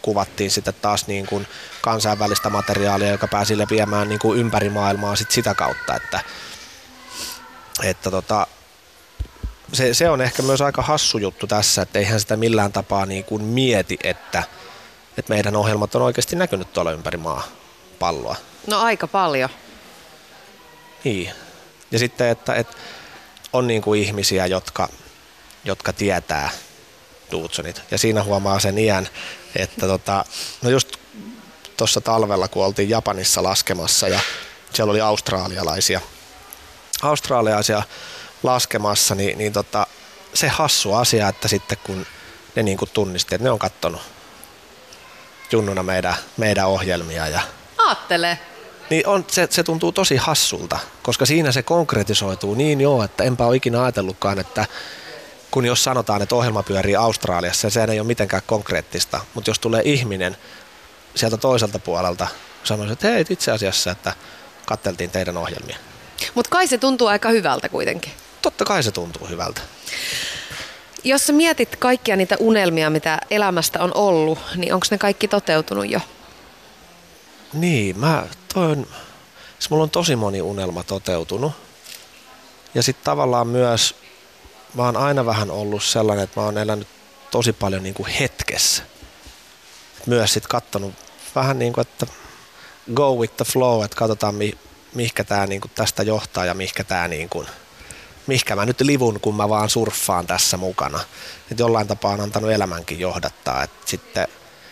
kuvattiin sitten taas niin kuin kansainvälistä materiaalia, joka pääsi leviämään niin kuin ympäri maailmaa sit sitä kautta, että, että tota, se, se on ehkä myös aika hassu juttu tässä, että eihän sitä millään tapaa niin kuin mieti, että, että meidän ohjelmat on oikeasti näkynyt tuolla ympäri maapalloa. No aika paljon. Niin. Ja sitten, että, että on niin kuin ihmisiä, jotka, jotka tietää Dudesonit. Ja siinä huomaa sen iän, että tota, no just tuossa talvella, kun oltiin Japanissa laskemassa ja siellä oli australialaisia, australialaisia laskemassa, niin, niin tota, se hassu asia, että sitten kun ne niin kuin tunnisti, että ne on kattonut junnuna meidän, meidän ohjelmia. Ja Aattele. Niin on, se, se tuntuu tosi hassulta, koska siinä se konkretisoituu niin joo, että enpä ole ikinä ajatellutkaan, että kun jos sanotaan, että ohjelma pyörii Australiassa, se ei ole mitenkään konkreettista, mutta jos tulee ihminen sieltä toiselta puolelta, sanoisi, että hei, itse asiassa, että katteltiin teidän ohjelmia. Mutta kai se tuntuu aika hyvältä kuitenkin. Totta kai se tuntuu hyvältä. Jos sä mietit kaikkia niitä unelmia, mitä elämästä on ollut, niin onko ne kaikki toteutunut jo? Niin, mä toin, siis mulla on tosi moni unelma toteutunut. Ja sitten tavallaan myös, mä oon aina vähän ollut sellainen, että mä oon elänyt tosi paljon niin kuin hetkessä. Myös sitten kattonut vähän niin kuin, että go with the flow, että katsotaan mi, mihkä tää niin kuin tästä johtaa ja mihkä tää niin kuin, mihkä mä nyt livun, kun mä vaan surffaan tässä mukana. Et jollain tapaa on antanut elämänkin johdattaa, että sitten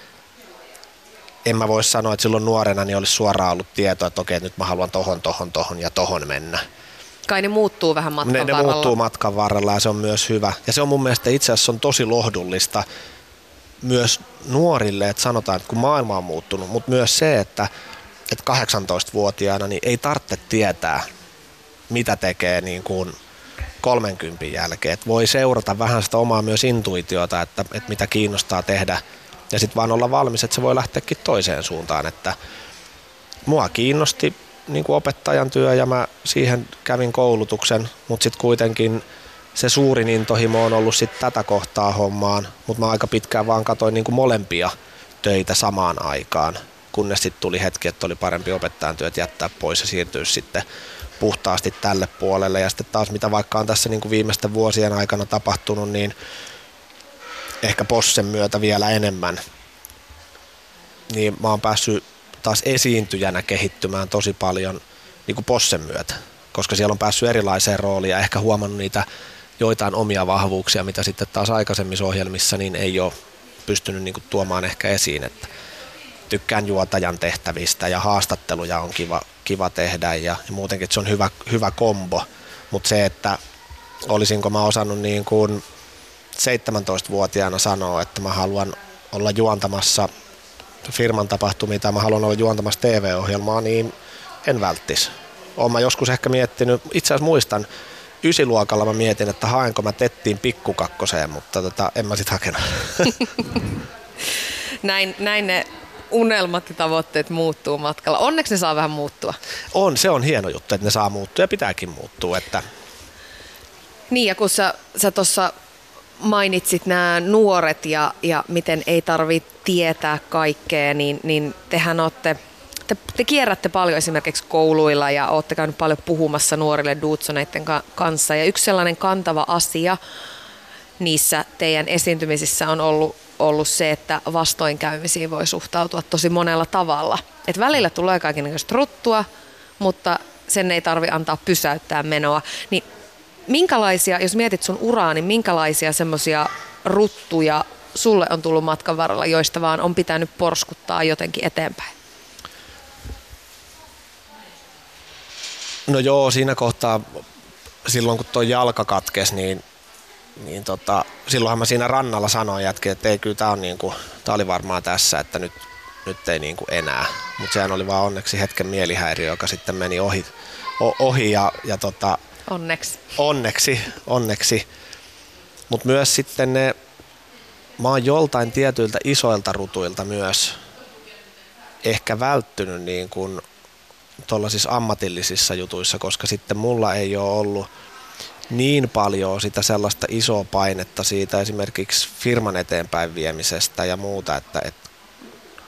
en mä voi sanoa, että silloin nuorena niin olisi suoraan ollut tietoa, että okei, nyt mä haluan tohon, tohon, tohon ja tohon mennä. Kai ne muuttuu vähän matkan ne, varrella. Ne muuttuu matkan varrella ja se on myös hyvä. Ja se on mun mielestä itse asiassa on tosi lohdullista myös nuorille, että sanotaan, että kun maailma on muuttunut, mutta myös se, että, että kahdeksantoistavuotiaana niin ei tarvitse tietää, mitä tekee niin kuin kolmenkympin jälkeen. Että voi seurata vähän sitä omaa myös intuitiota, että, että mitä kiinnostaa tehdä. Ja sitten vaan olla valmis, että se voi lähteäkin toiseen suuntaan. Että mua kiinnosti niin kuin opettajan työ ja mä siihen kävin koulutuksen, mutta sitten kuitenkin se suurin intohimo on ollut sitten tätä kohtaa hommaan, mutta mä aika pitkään vaan katsoin niin kuin molempia töitä samaan aikaan, kunnes sitten tuli hetki, että oli parempi opettajan työt jättää pois ja siirtyä sitten puhtaasti tälle puolelle. Ja sitten taas mitä vaikka on tässä niin kuin viimeisten vuosien aikana tapahtunut, niin ehkä Possen myötä vielä enemmän, niin mä oon päässyt taas esiintyjänä kehittymään tosi paljon niin kuin Possen myötä, koska siellä on päässyt erilaiseen rooliin ja ehkä huomannut niitä joitain omia vahvuuksia, mitä sitten taas aikaisemmissa ohjelmissa niin ei ole pystynyt niin kuin tuomaan ehkä esiin, että tykkään juotajan tehtävistä ja haastatteluja on kiva, kiva tehdä ja, ja muutenkin että se on hyvä, hyvä kombo, mutta se, että olisinko mä osannut niin kuin seitsemäntoistavuotiaana sanoa, että mä haluan olla juontamassa firman tapahtumia tai mä haluan olla juontamassa T V-ohjelmaa, niin en välttis. Oon mä joskus ehkä miettinyt, itse asiassa muistan, ysiluokalla mä mietin, että haenko mä Tettiin pikkukakkoseen, mutta tota, en mä sit hakenut. näin, näin ne unelmat ja tavoitteet muuttuu matkalla. Onneksi ne saa vähän muuttua. On, se on hieno juttu, että ne saa muuttua ja pitääkin muuttua. Että niin ja kun sä, sä tuossa mainitsit nämä nuoret ja, ja miten ei tarvitse tietää kaikkea, niin, niin tehän olette, te, te kierrätte paljon esimerkiksi kouluilla ja olette käynyt paljon puhumassa nuorille Dudesoneiden kanssa. Ja yksi sellainen kantava asia niissä teidän esiintymisissä on ollut, ollut se, että vastoinkäymisiin voi suhtautua tosi monella tavalla. Et välillä tulee kaikenlaista ruttua, mutta sen ei tarvitse antaa pysäyttää menoa. Niin minkälaisia, jos mietit sun uraa, niin minkälaisia semmoisia ruttuja sulle on tullut matkan varrella, joista vaan on pitänyt porskuttaa jotenkin eteenpäin? No joo, siinä kohtaa, silloin kun tuo jalka katkesi, niin, niin tota, silloinhan mä siinä rannalla sanoin jätkin, että ei kyllä tää on niinku, tää oli varmaan tässä, että nyt, nyt ei niinku enää. Mutta sehän oli vaan onneksi hetken mielihäiriö, joka sitten meni ohi, ohi ja, ja tota, Onneksi. Onneksi, onneksi. Mutta myös sitten ne, mä oon joltain tietyiltä isoilta rutuilta myös ehkä välttynyt niin kuin tuollaisissa ammatillisissa jutuissa, koska sitten mulla ei ole ollut niin paljon sitä sellaista isoa painetta siitä esimerkiksi firman eteenpäin viemisestä ja muuta, että, että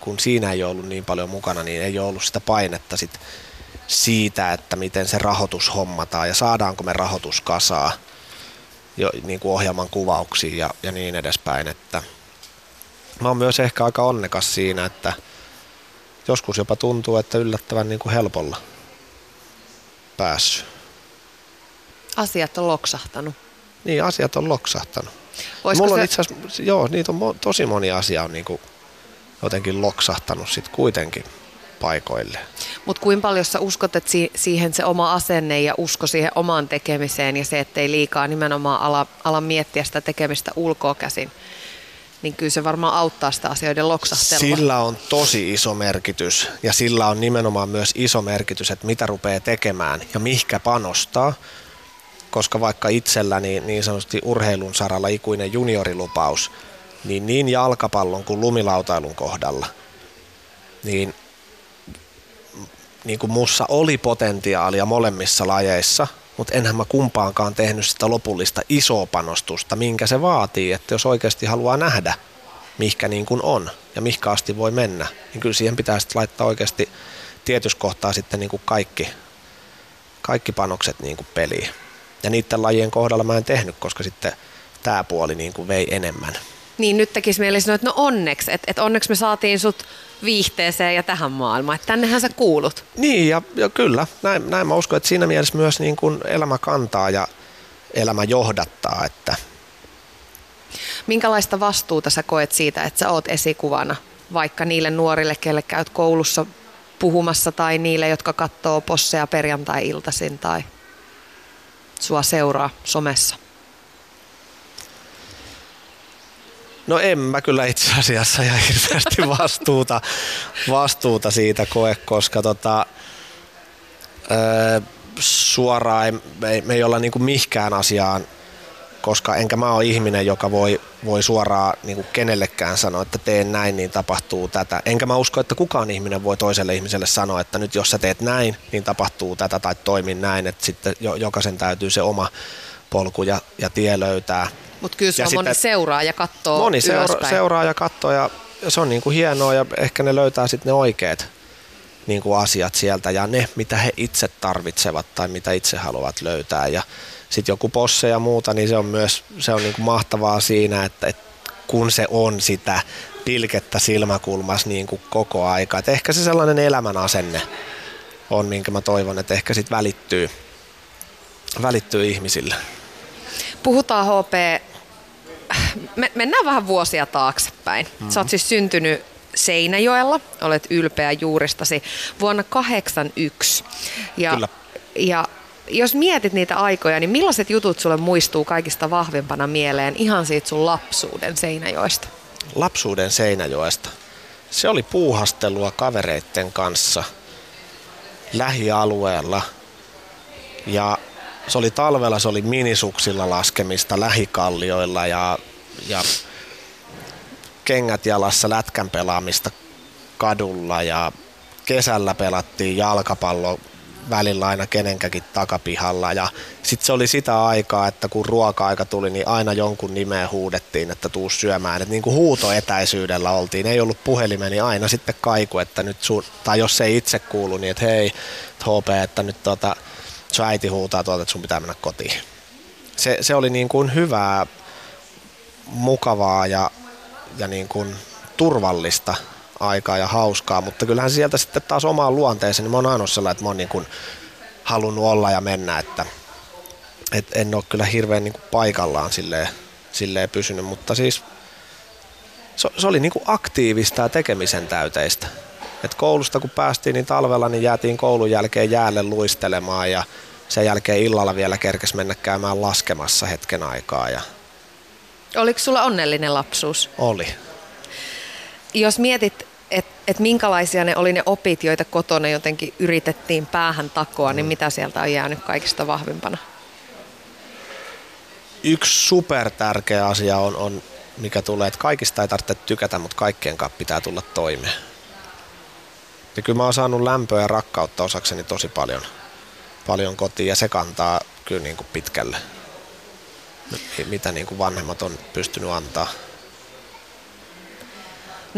kun siinä ei ollut niin paljon mukana, niin ei ole ollut sitä painetta sit siitä, että miten se rahoitus hommataan ja saadaanko me rahoitus kasaa jo, niin kuin ohjelman kuvauksiin ja, ja niin edespäin. Että mä oon myös ehkä aika onnekas siinä, että joskus jopa tuntuu, että yllättävän niin kuin helpolla päässyt. Asiat on loksahtanut. Niin, asiat on loksahtanut. Voisiko Mulla on se... itse asiassa, joo, niitä on mo- tosi moni asia on niin kuin jotenkin loksahtanut sit kuitenkin paikoille. Mutta kuinka paljon sä uskot, että si- siihen se oma asenne ja usko siihen omaan tekemiseen ja se, ettei liikaa nimenomaan ala, ala miettiä sitä tekemistä ulkoa käsin, niin kyllä se varmaan auttaa sitä asioiden loksahtelua. Sillä on tosi iso merkitys ja sillä on nimenomaan myös iso merkitys, että mitä rupeaa tekemään ja mihinkä panostaa, koska vaikka itselläni niin sanotusti urheilun saralla ikuinen juniorilupaus, niin niin jalkapallon kuin lumilautailun kohdalla, niin, niin kuin mussa oli potentiaalia molemmissa lajeissa, mutta enhän mä kumpaankaan tehnyt sitä lopullista isoa panostusta, minkä se vaatii, että jos oikeasti haluaa nähdä, mihkä niin kuin on ja mihkä asti voi mennä, niin kyllä siihen pitää sitten laittaa oikeasti tietyssä kohtaa sitten niin kuin kaikki, kaikki panokset niin kuin peliin. Ja niiden lajien kohdalla mä en tehnyt, koska sitten tämä puoli niin kuin vei enemmän. Niin nyt tekisi mieli sanoa, että no onneksi, että, että onneksi me saatiin sut viihteeseen ja tähän maailmaan, että tännehän sä kuulut. Niin ja, ja kyllä, näin, näin mä uskon, että siinä mielessä myös niin kuin elämä kantaa ja elämä johdattaa. Että... Minkälaista vastuuta sä koet siitä, että sä oot esikuvana, vaikka niille nuorille, kelle käyt koulussa puhumassa tai niille, jotka katsoo posseja perjantai-iltaisin tai sua seuraa somessa? No en mä kyllä itse asiassa ja hirveästi vastuuta, vastuuta siitä koe, koska tota, ö, suoraan ei, me, me ei olla niinku mihkään asiaan, koska enkä mä ole ihminen, joka voi, voi suoraan niinku kenellekään sanoa, että teen näin, niin tapahtuu tätä. Enkä mä usko, että kukaan ihminen voi toiselle ihmiselle sanoa, että nyt jos sä teet näin, niin tapahtuu tätä tai toimin näin, että sitten jo, jokaisen täytyy se oma polku ja, ja tie löytää. Mutta kyllä se ja on moni seuraa ja katsoo Moni seura- ylöspäin. seuraa ja katsoo ja se on niinku hienoa ja ehkä ne löytää sitten ne oikeat niinku asiat sieltä ja ne, mitä he itse tarvitsevat tai mitä itse haluavat löytää. Ja sitten joku posse ja muuta, niin se on myös se on niinku mahtavaa siinä, että, että kun se on sitä pilkettä silmäkulmassa niinku koko aika. Et ehkä se sellainen elämän asenne on, minkä mä toivon, että ehkä sitten välittyy, välittyy ihmisille. Puhutaan H P, Me, mennään vähän vuosia taaksepäin. Mm-hmm. Sä oot siis syntynyt Seinäjoella, olet ylpeä juuristasi vuonna kahdeksankymmentäyksi. Ja, Kyllä. ja jos mietit niitä aikoja, niin millaiset jutut sulle muistuu kaikista vahvimpana mieleen ihan siitä sun lapsuuden Seinäjoesta? Lapsuuden Seinäjoesta. Se oli puuhastelua kavereitten kanssa lähialueella ja se oli talvella, se oli minisuksilla laskemista lähikallioilla ja, ja kengät jalassa lätkän pelaamista kadulla ja kesällä pelattiin jalkapallo välillä aina kenenkäkin takapihalla ja sitten se oli sitä aikaa, että kun ruoka-aika tuli, niin aina jonkun nimeä huudettiin, että tuu syömään. Et niin kuin huutoetäisyydellä oltiin, ei ollut puhelimeni, niin aina sitten kaiku, että nyt sun, tai jos se ei itse kuulu, niin että hei H P, että nyt tota, sun äiti huutaa tuolta, että sun pitää mennä kotiin. Se, se oli niin kuin hyvää, mukavaa ja, ja niin kuin turvallista aikaa ja hauskaa, mutta kyllähän sieltä sitten taas omaan luonteeseen, niin mä oon aina sellainen, että mä oon niin kuin halunnut olla ja mennä, että et en ole kyllä hirveän niin kuin paikallaan silleen, silleen pysynyt, mutta siis se, se oli niin kuin aktiivista ja tekemisen täyteistä. Et koulusta kun päästiin, niin talvella niin jäätiin koulun jälkeen jäälle luistelemaan ja sen jälkeen illalla vielä kerkesi mennä käymään laskemassa hetken aikaa. Ja Oliko sulla onnellinen lapsuus? oli. Jos mietit, että et minkälaisia ne oli ne opit, joita kotona jotenkin yritettiin päähän takoa, mm. niin mitä sieltä on jäänyt kaikista vahvimpana? Yksi super tärkeä asia on, on, mikä tulee, että kaikista ei tarvitse tykätä, mutta kaikkien kanssa pitää tulla toimeen. Ja kyllä mä oon saanut lämpöä ja rakkautta osakseni tosi paljon, paljon kotiin ja se kantaa kyllä niin kuin pitkälle, mitä niin kuin vanhemmat on pystynyt antaa. No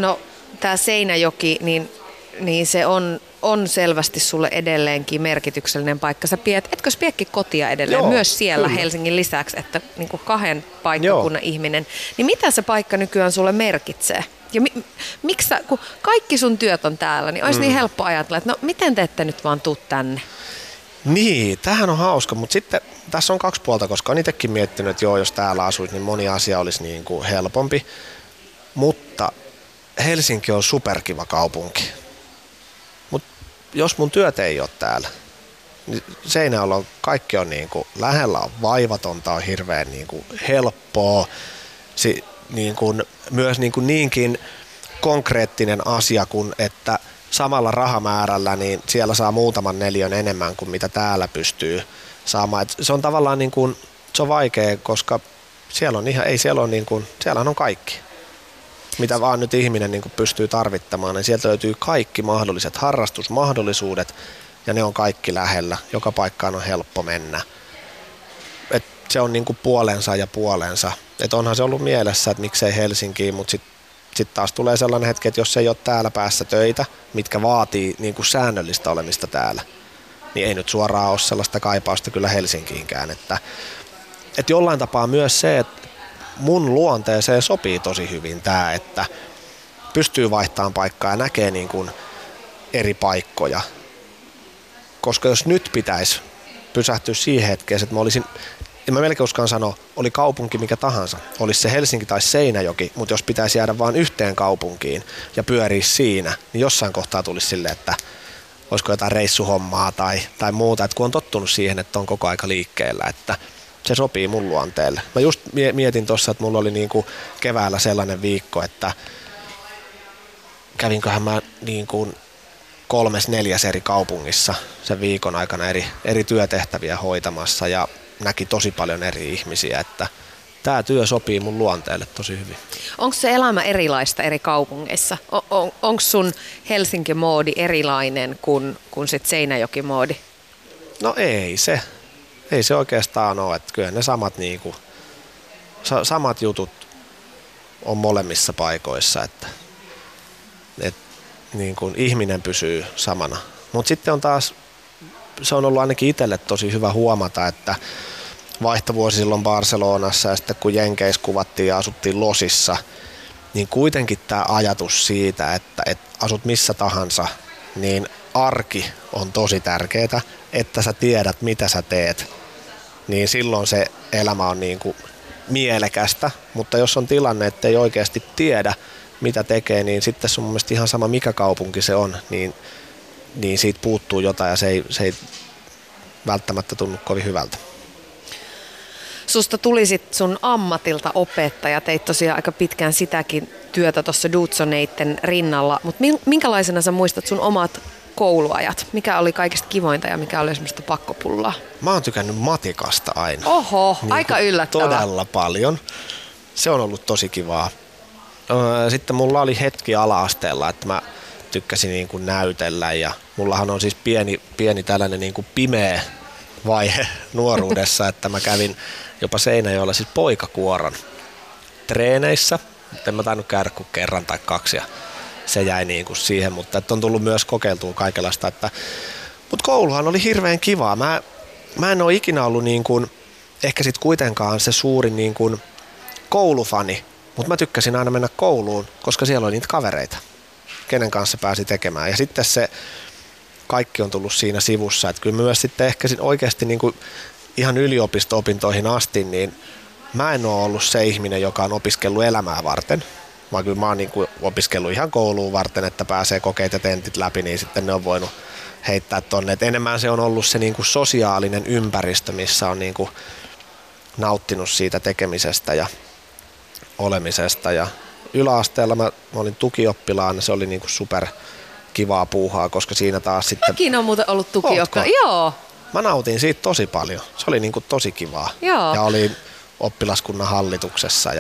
tämä Seinäjoki, niin, niin se on, on selvästi sulle edelleenkin merkityksellinen paikka. Sä piet, etkö piekki kotia edelleen Joo, myös siellä kyllä. Helsingin lisäksi, että niin kuin kahden paikkakunnan Joo. ihminen. Niin mitä se paikka nykyään sulle merkitsee? Ja mi, miksi sä, kun kaikki sun työt on täällä, niin olisi mm. niin helppo ajatella, että no miten te ette nyt vaan tuu tänne? Niin, tämähän on hauska, mutta sitten tässä on kaksi puolta, koska olen itsekin miettinyt, että joo, jos täällä asuisi, niin moni asia olisi niin kuin helpompi. Mutta Helsinki on superkiva kaupunki. Mutta jos mun työt ei ole täällä, niin Seinäjoella kaikki on niin kuin lähellä, on vaivatonta, on hirveän niin kuin helppoa. Si, niin kuin, myös niin kuin niinkin konkreettinen asia kuin, että samalla rahamäärällä niin siellä saa muutaman neliön enemmän kuin mitä täällä pystyy saamaan. Et se on tavallaan niin kuin, se on vaikea, koska siellä on ihan, ei siellä on niin kuin, siellä on kaikki. Mitä vaan nyt ihminen niin kuin pystyy tarvittamaan, niin sieltä löytyy kaikki mahdolliset harrastusmahdollisuudet ja ne on kaikki lähellä. Joka paikkaan on helppo mennä. Et se on niin kuin puolensa ja puolensa. Et onhan se ollut mielessä, että miksei Helsinkiin, mutta sitten Sitten taas tulee sellainen hetki, että jos ei ole täällä päässä töitä, mitkä vaatii niin kuin säännöllistä olemista täällä, niin ei nyt suoraan ole sellaista kaipausta kyllä Helsinkiinkään. Että, että jollain tapaa myös se, että mun luonteeseen sopii tosi hyvin tämä, että pystyy vaihtamaan paikkaa ja näkee niin kuin eri paikkoja. Koska jos nyt pitäisi pysähtyä siihen hetkeen, että mä olisin... Ja mä melkein uskaan sanoa, oli kaupunki mikä tahansa. Olisi se Helsinki tai Seinäjoki, mutta jos pitäisi jäädä vain yhteen kaupunkiin ja pyöriä siinä, niin jossain kohtaa tulisi silleen, että olisiko jotain reissuhommaa tai, tai muuta. Et kun on tottunut siihen, että on koko aika liikkeellä, että se sopii mun luonteelle. Mä just mietin tuossa, että mulla oli niinku keväällä sellainen viikko, että kävinköhän mä niinku kolmes neljäs eri kaupungissa sen viikon aikana eri, eri työtehtäviä hoitamassa ja näki tosi paljon eri ihmisiä, että tämä työ sopii mun luonteelle tosi hyvin. Onko se elämä erilaista eri kaupungeissa? On, on, Onko sun Helsinki-moodi erilainen kuin, kuin sit Seinäjoki-moodi? No ei se. Ei se oikeastaan ole. Että kyllä ne samat, niinku, sa, samat jutut on molemmissa paikoissa, että et, niin kuin ihminen pysyy samana. Mutta sitten on taas, se on ollut ainakin itselle tosi hyvä huomata, että vaihtovuosi silloin Barcelonassa ja sitten kun Jenkeissä kuvattiin ja asuttiin losissa, niin kuitenkin tämä ajatus siitä, että, että asut missä tahansa, niin arki on tosi tärkeää, että sä tiedät mitä sä teet, niin silloin se elämä on niin kuin mielekästä, mutta jos on tilanne, että ei oikeasti tiedä mitä tekee, niin sitten se on mun mielestä ihan sama mikä kaupunki se on, niin niin siitä puuttuu jotain ja se ei, se ei välttämättä tunnu kovin hyvältä. Susta tuli sit sun ammatilta opettaja, teit tosiaan aika pitkään sitäkin työtä tuossa Dudsoneitten rinnalla, mutta minkälaisena sä muistat sun omat kouluajat? Mikä oli kaikista kivointa ja mikä oli semmoista pakkopullaa? Mä oon tykännyt matikasta aina. Oho, niin aika yllättävää. Todella paljon. Se on ollut tosi kivaa. Sitten mulla oli hetki ala-asteella, että mä tykkäsin niin kuin näytellä ja mullahan on siis pieni, pieni tällainen niin kuin pimeä vaihe nuoruudessa, että mä kävin jopa Seinäjoella siis poikakuoron treeneissä. En mä tainnut käydä kuin kerran tai kaksi ja se jäi niin kuin siihen, mutta että on tullut myös kokeiltua kaikenlaista. Että, mutta kouluhan oli hirveän kivaa. Mä, mä en ole ikinä ollut niin kuin, ehkä sit kuitenkaan se suurin niin kuin koulufani, mutta mä tykkäsin aina mennä kouluun, koska siellä oli niitä kavereita, kenen kanssa pääsi tekemään. Ja sitten se kaikki on tullut siinä sivussa. Että kyllä myös sitten ehkä oikeasti niin kuin ihan yliopisto-opintoihin asti, niin mä en ole ollut se ihminen, joka on opiskellut elämää varten. Vaan kyllä mä oon niin kuin opiskellut ihan kouluun varten, että pääsee kokeet ja tentit läpi, niin sitten ne on voinut heittää tonne. Et enemmän se on ollut se niin kuin sosiaalinen ympäristö, missä on niin kuin nauttinut siitä tekemisestä ja olemisesta. Ja yläasteella mä, mä olin tukioppilaana, se oli niin kuin super kivaa puuhaa, koska siinä taas sitten... Mäkin on muuten ollut tukioppilaana, joo. Mä nautin siitä tosi paljon, se oli niin kuin tosi kivaa. Joo. Ja olin oppilaskunnan hallituksessa ja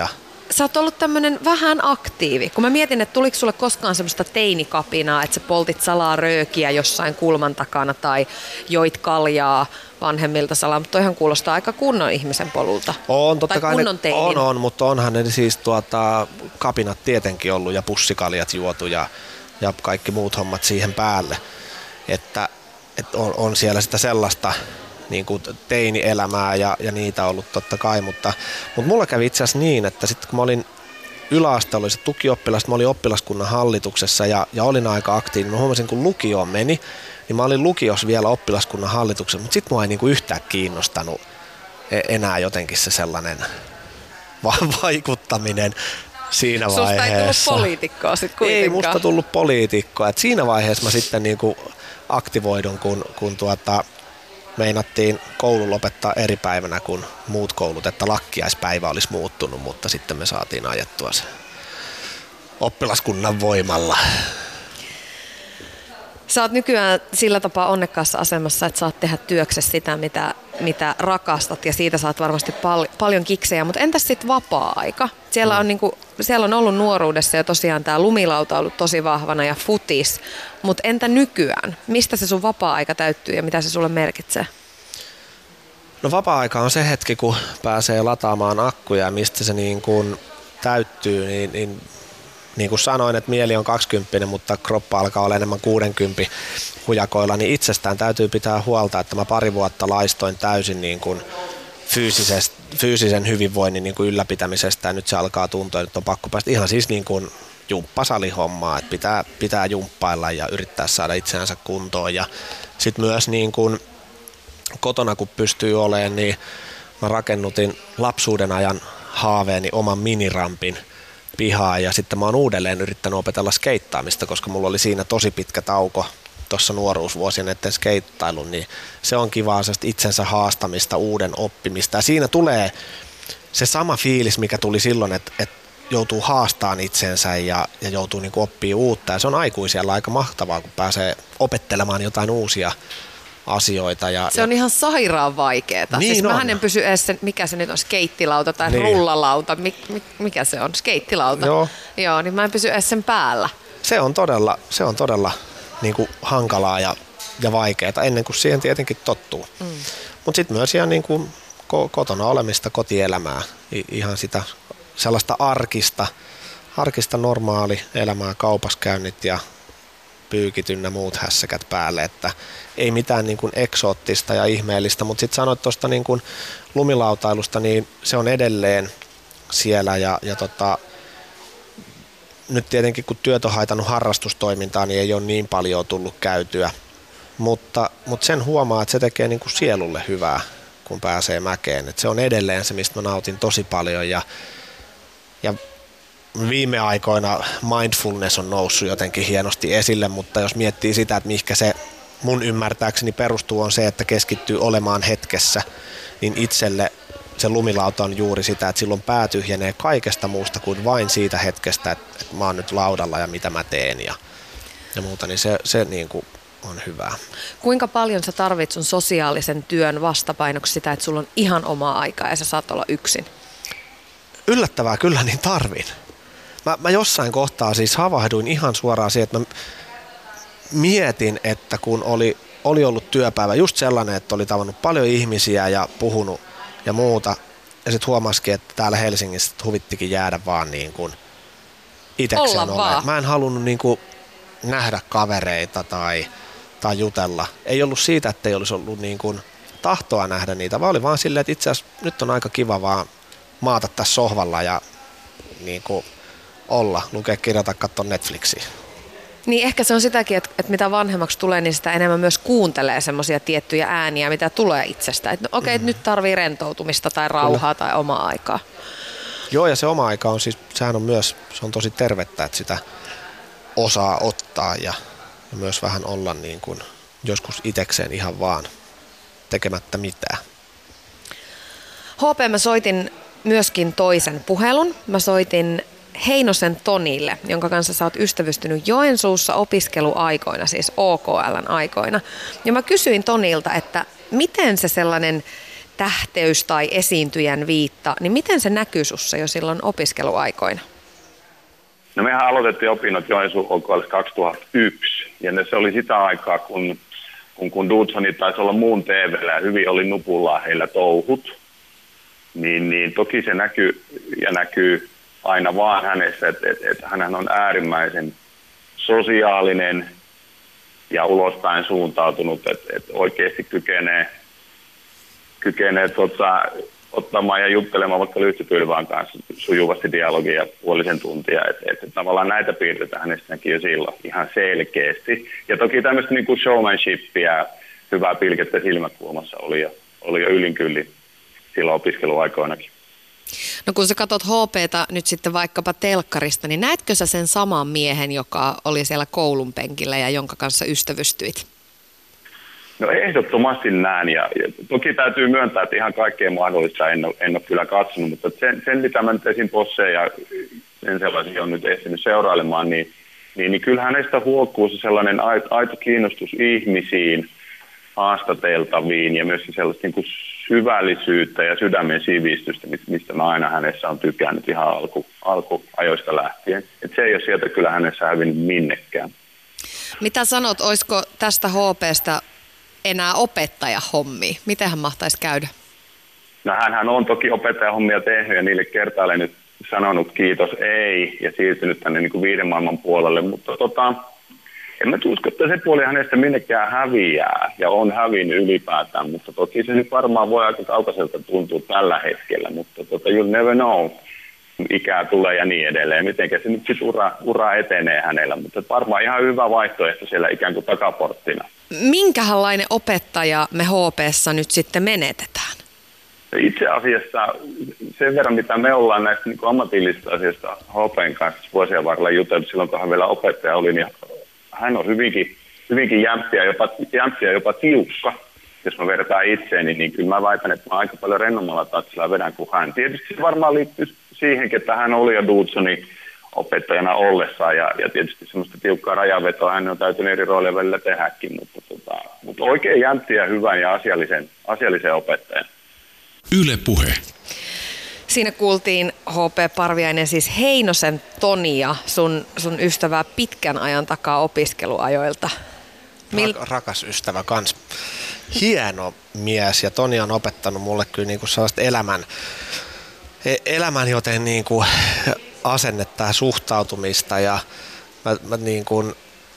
sä oot ollut tämmönen vähän aktiivi. Kun mä mietin, että tuliko sulle koskaan semmoista teinikapinaa, että sä poltit salaa röökiä jossain kulman takana tai joit kaljaa vanhemmilta salaa, mutta toihan kuulostaa aika kunnon ihmisen polulta. On, totta tai kai kunnon ne, teinin. on, on, mutta onhan ne siis tuota, kapinat tietenkin ollut ja pussikaljat juotu ja, ja kaikki muut hommat siihen päälle. Että, että on, on siellä sitä sellaista niin kuin teinielämää ja, ja niitä ollut totta kai, mutta, mutta mulla kävi itse asiassa niin, että sitten kun mä olin yläasteella, oli se tukioppilas, mä olin oppilaskunnan hallituksessa ja, ja olin aika aktiivinen. Mä huomasin, kun lukioon meni, niin mä olin lukiossa vielä oppilaskunnan hallituksessa, mutta sitten mua ei niin kuin yhtään kiinnostanut enää jotenkin se sellainen va- vaikuttaminen siinä Susta vaiheessa. ei tullut poliitikkoa sitten kuitenkaan. Ei musta tullut poliitikkoa. Et siinä vaiheessa mä sitten niin kuin aktivoidun, kun, kun tuota, meinattiin koulu lopettaa eri päivänä kuin muut koulut, että lakkiaispäivä olisi muuttunut, mutta sitten me saatiin ajettua se oppilaskunnan voimalla. Sä oot nykyään sillä tapaa onnekkaassa asemassa, että saat tehdä työksessä sitä, mitä, mitä rakastat ja siitä saat varmasti pal- paljon kiksejä, mutta entäs sitten vapaa-aika? Siellä, mm. on niinku, siellä on ollut nuoruudessa jo tosiaan tämä lumilauta ollut tosi vahvana ja futis, mutta entä nykyään? Mistä se sun vapaa-aika täyttyy ja mitä se sulle merkitsee? No vapaa-aika on se hetki, kun pääsee lataamaan akkuja ja mistä se niin kuin täyttyy, niin, niin niin kuin sanoin, että mieli on kaksikymppinen, mutta kroppa alkaa olla enemmän kuudenkympin hujakoilla, niin itsestään täytyy pitää huolta, että mä pari vuotta laistoin täysin niin kuin fyysisen hyvinvoinnin niin kuin ylläpitämisestä ja nyt se alkaa tuntua, että nyt on pakko päästä ihan siis niin kuin jumppasalihommaa, että pitää, pitää jumppailla ja yrittää saada itseänsä kuntoon ja sitten myös niin kuin kotona kun pystyy olemaan, niin mä rakennutin lapsuuden ajan haaveeni oman minirampin pihaa ja sitten mä oon uudelleen yrittänyt opetella skeittaamista, koska mulla oli siinä tosi pitkä tauko tuossa nuoruusvuosien etten skeittailun, niin se on kivaa itsensä haastamista, uuden oppimista ja siinä tulee se sama fiilis, mikä tuli silloin, että, että joutuu haastamaan itsensä ja, ja joutuu niin kuin oppimaan uutta ja se on aikuisella aika mahtavaa, kun pääsee opettelemaan jotain uusia asioita. Ja, se on ja ihan sairaan vaikeeta. Niin siis on. mähän en pysy edes sen, mikä se nyt on, skeittilauta tai niin. rullalauta, Mik, mikä se on, skeittilauta. Joo. Joo, niin mä en pysy edes sen päällä. Se on todella, se on todella niin kuin hankalaa ja, ja vaikeaa ennen kuin siihen tietenkin tottuu. Mm. Mutta sitten myös ihan niin kuin kotona olemista, kotielämää, ihan sitä sellaista arkista, arkista normaali elämää, kaupaskäynnit ja pyykit ynnä muut hässäkät päälle, että ei mitään niin kuin eksoottista ja ihmeellistä, mutta sitten sanoit tuosta niin kuin lumilautailusta, niin se on edelleen siellä ja, ja tota, nyt tietenkin kun työt on haitannut harrastustoimintaa, niin ei ole niin paljon tullut käytyä, mutta, mutta sen huomaa, että se tekee niin kuin sielulle hyvää, kun pääsee mäkeen, että se on edelleen se, mistä mä nautin tosi paljon ja, ja viime aikoina mindfulness on noussut jotenkin hienosti esille, mutta jos miettii sitä, että mihinkä se mun ymmärtääkseni perustuu on se, että keskittyy olemaan hetkessä, niin itselle se lumilauta on juuri sitä, että silloin pää tyhjenee kaikesta muusta kuin vain siitä hetkestä, että, että mä oon nyt laudalla ja mitä mä teen ja, ja muuta, niin se, se niin kuin on hyvää. Kuinka paljon sä tarvit sun sosiaalisen työn vastapainoksi sitä, että sulla on ihan omaa aikaa ja sä saat olla yksin? Yllättävää kyllä, niin tarvin. Mä, mä jossain kohtaa siis havahduin ihan suoraan siihen, että mä mietin, että kun oli, oli ollut työpäivä just sellainen, että oli tavannut paljon ihmisiä ja puhunut ja muuta, ja sitten huomasikin, että täällä Helsingissä huvittikin jäädä vaan niin kuin itekseen olemaan. Mä en halunnut niin kuin nähdä kavereita tai, tai jutella. Ei ollut siitä, että ei olisi ollut niin kuin tahtoa nähdä niitä, vaan oli vaan silleen, että itse asiassa nyt on aika kiva vaan maata tässä sohvalla ja niin kuin olla, lukea, kirjoita, katsoa Netflixiä. Niin ehkä se on sitäkin, että, että mitä vanhemmaksi tulee, niin sitä enemmän myös kuuntelee semmoisia tiettyjä ääniä, mitä tulee itsestä. Että no, okei, okay, mm. nyt tarvii rentoutumista tai rauhaa Kyllä. tai omaa aikaa. Joo, ja se oma aika on siis, sehän on myös, se on tosi tervettä, että sitä osaa ottaa ja, ja myös vähän olla niin kuin joskus itekseen ihan vaan tekemättä mitään. H P, mä soitin myöskin toisen puhelun. Mä soitin Heinosen Tonille, jonka kanssa sä oot ystävystynyt Joensuussa opiskeluaikoina, siis O K L:n aikoina. Ja mä kysyin Tonilta, että miten se sellainen tähteys tai esiintyjän viitta, niin miten se näkyy sussa jo silloin opiskeluaikoina? No mehän aloitettiin opinnot Joensuun O K L:ssä kaksituhattayksi ja se oli sitä aikaa, kun, kun, kun Dudesoni taisi olla muun T V:llä ja hyvin oli nupulla heillä touhut, niin, niin toki se näkyy ja näkyy aina vaan hänessä, että et, et hän on äärimmäisen sosiaalinen ja ulospäin suuntautunut, että et oikeasti kykenee, kykenee tota, ottamaan ja juttelemaan vaikka lyhtypylvään kanssa sujuvasti dialogia puolisen tuntia. Että et, tavallaan näitä piirteitä hänestä näki jo silloin ihan selkeästi. Ja toki tämmöistä niin kuin showmanshipia, hyvää pilkettä silmäkulmassa oli jo, oli jo ylinkyllin silloin opiskeluaikoinakin. No kun sä katsot H P:tä nyt sitten vaikkapa telkkarista, niin näetkö sä sen saman miehen, joka oli siellä koulun penkillä ja jonka kanssa ystävystyit? No ehdottomasti näen ja, ja toki täytyy myöntää, että ihan kaikkea mahdollista en ole, en ole kyllä katsonut, mutta sen, sen mitä mä nyt esim. Posseja ja sen sellaisia on nyt ehtinyt seurailemaan, niin, niin, niin kyllä hänestä huokuu se sellainen aito kiinnostus ihmisiin, haastateltaviin ja myöskin sellaista niin kuin syvällisyyttä ja sydämen sivistystä, mistä mä aina hänessä on tykännyt ihan alku, alkuajoista lähtien. Et se ei ole sieltä kyllä hänessä hävinnyt minnekään. Mitä sanot, olisiko tästä H P:stä enää opettajahommia? Miten hän mahtaisi käydä? No hänhän on toki opettajahommia tehnyt ja niille kertaalleen nyt sanonut kiitos ei ja siirtynyt tänne niin kuin viiden maailman puolelle, mutta tota, en mä usko, että se puoli hänestä minnekään häviää ja on hävinnyt ylipäätään, mutta toki se nyt varmaan voi aika kaukaiselta tuntua tällä hetkellä, mutta tota, you'll never know, ikää tulee ja niin edelleen. Mitenkä se nyt sitten ura, ura etenee hänellä, mutta varmaan ihan hyvä vaihtoehto siellä ikään kuin takaporttina. Minkälainen opettaja me H P:ssä nyt sitten menetetään? Itse asiassa sen verran, mitä me ollaan näistä niin kuin ammatillisista asioista H P:n kanssa vuosien varrella jutellut silloin, kun hän vielä opettaja oli, niin hän on hyvinkin, hyvinkin jämptiä, jopa, jämptiä, jopa tiukka. Jos mä vertaan itseeni, niin kyllä mä väitän, että mä aika paljon rennommalla tatsilla vedän kuin hän. Tietysti se varmaan liittyy siihenkin, että hän oli jo Dudesoni opettajana ollessaan ja, ja tietysti semmoista tiukkaa rajavetoa hän on täytynyt eri roolia välillä tehdäkin, mutta, tota, mutta oikein jämptiä, hyvän ja asiallisen, asiallisen opettajan. Yle Puhe. Siinä kuultiin H P Parviainen, siis Heinosen Tonia, sun, sun ystävää pitkän ajan takaa opiskeluajoilta. Mil... Rakas ystävä kans. Hieno mies ja Toni on opettanut mulle kyllä niinku sellaista elämän, elämän joten niinku asennetta ja suhtautumista ja mä, mä niinku,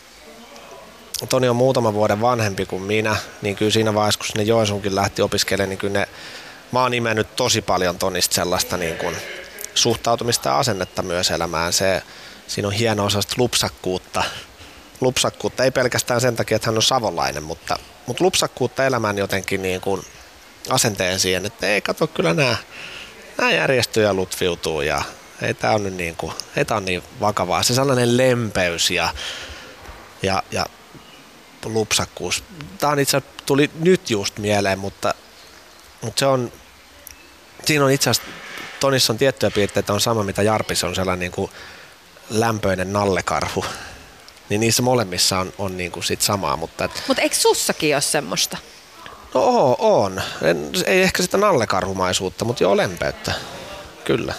Toni on muutaman vuoden vanhempi kuin minä, niin kyllä siinä vaiheessa kun sinne Joensuunkin lähti opiskelemaan, niin kyllä ne, mä oon imennyt tosi paljon Tonista sellaista niinku suhtautumista ja asennetta myös elämään. Se, siinä on hieno osaista lupsakkuutta. Lupsakkuutta, ei pelkästään sen takia, että hän on savolainen, mutta, mutta lupsakkuutta elämään jotenkin niin kuin asenteen siihen, että ei kato, kyllä nämä, nämä järjestyy ja lutviutuu ja ei tämä on nyt niin kuin, ei tämä on niin vakavaa. Se sellainen lempeys ja, ja, ja lupsakkuus. Tämä on itse asiassa, tuli nyt just mieleen, mutta, mutta se on, siinä on itse asiassa, Tonissa on tiettyjä piirteitä, on sama mitä Jarpis on sellainen niin kuin lämpöinen nallekarhu. Niin niissä molemmissa on, on niinku sit samaa, mutta... Et... Mutta eikö sussakin ole semmoista? No oo, on. En, ei ehkä sitä nallekarhumaisuutta, mutta joo lempeyttä. Kyllä.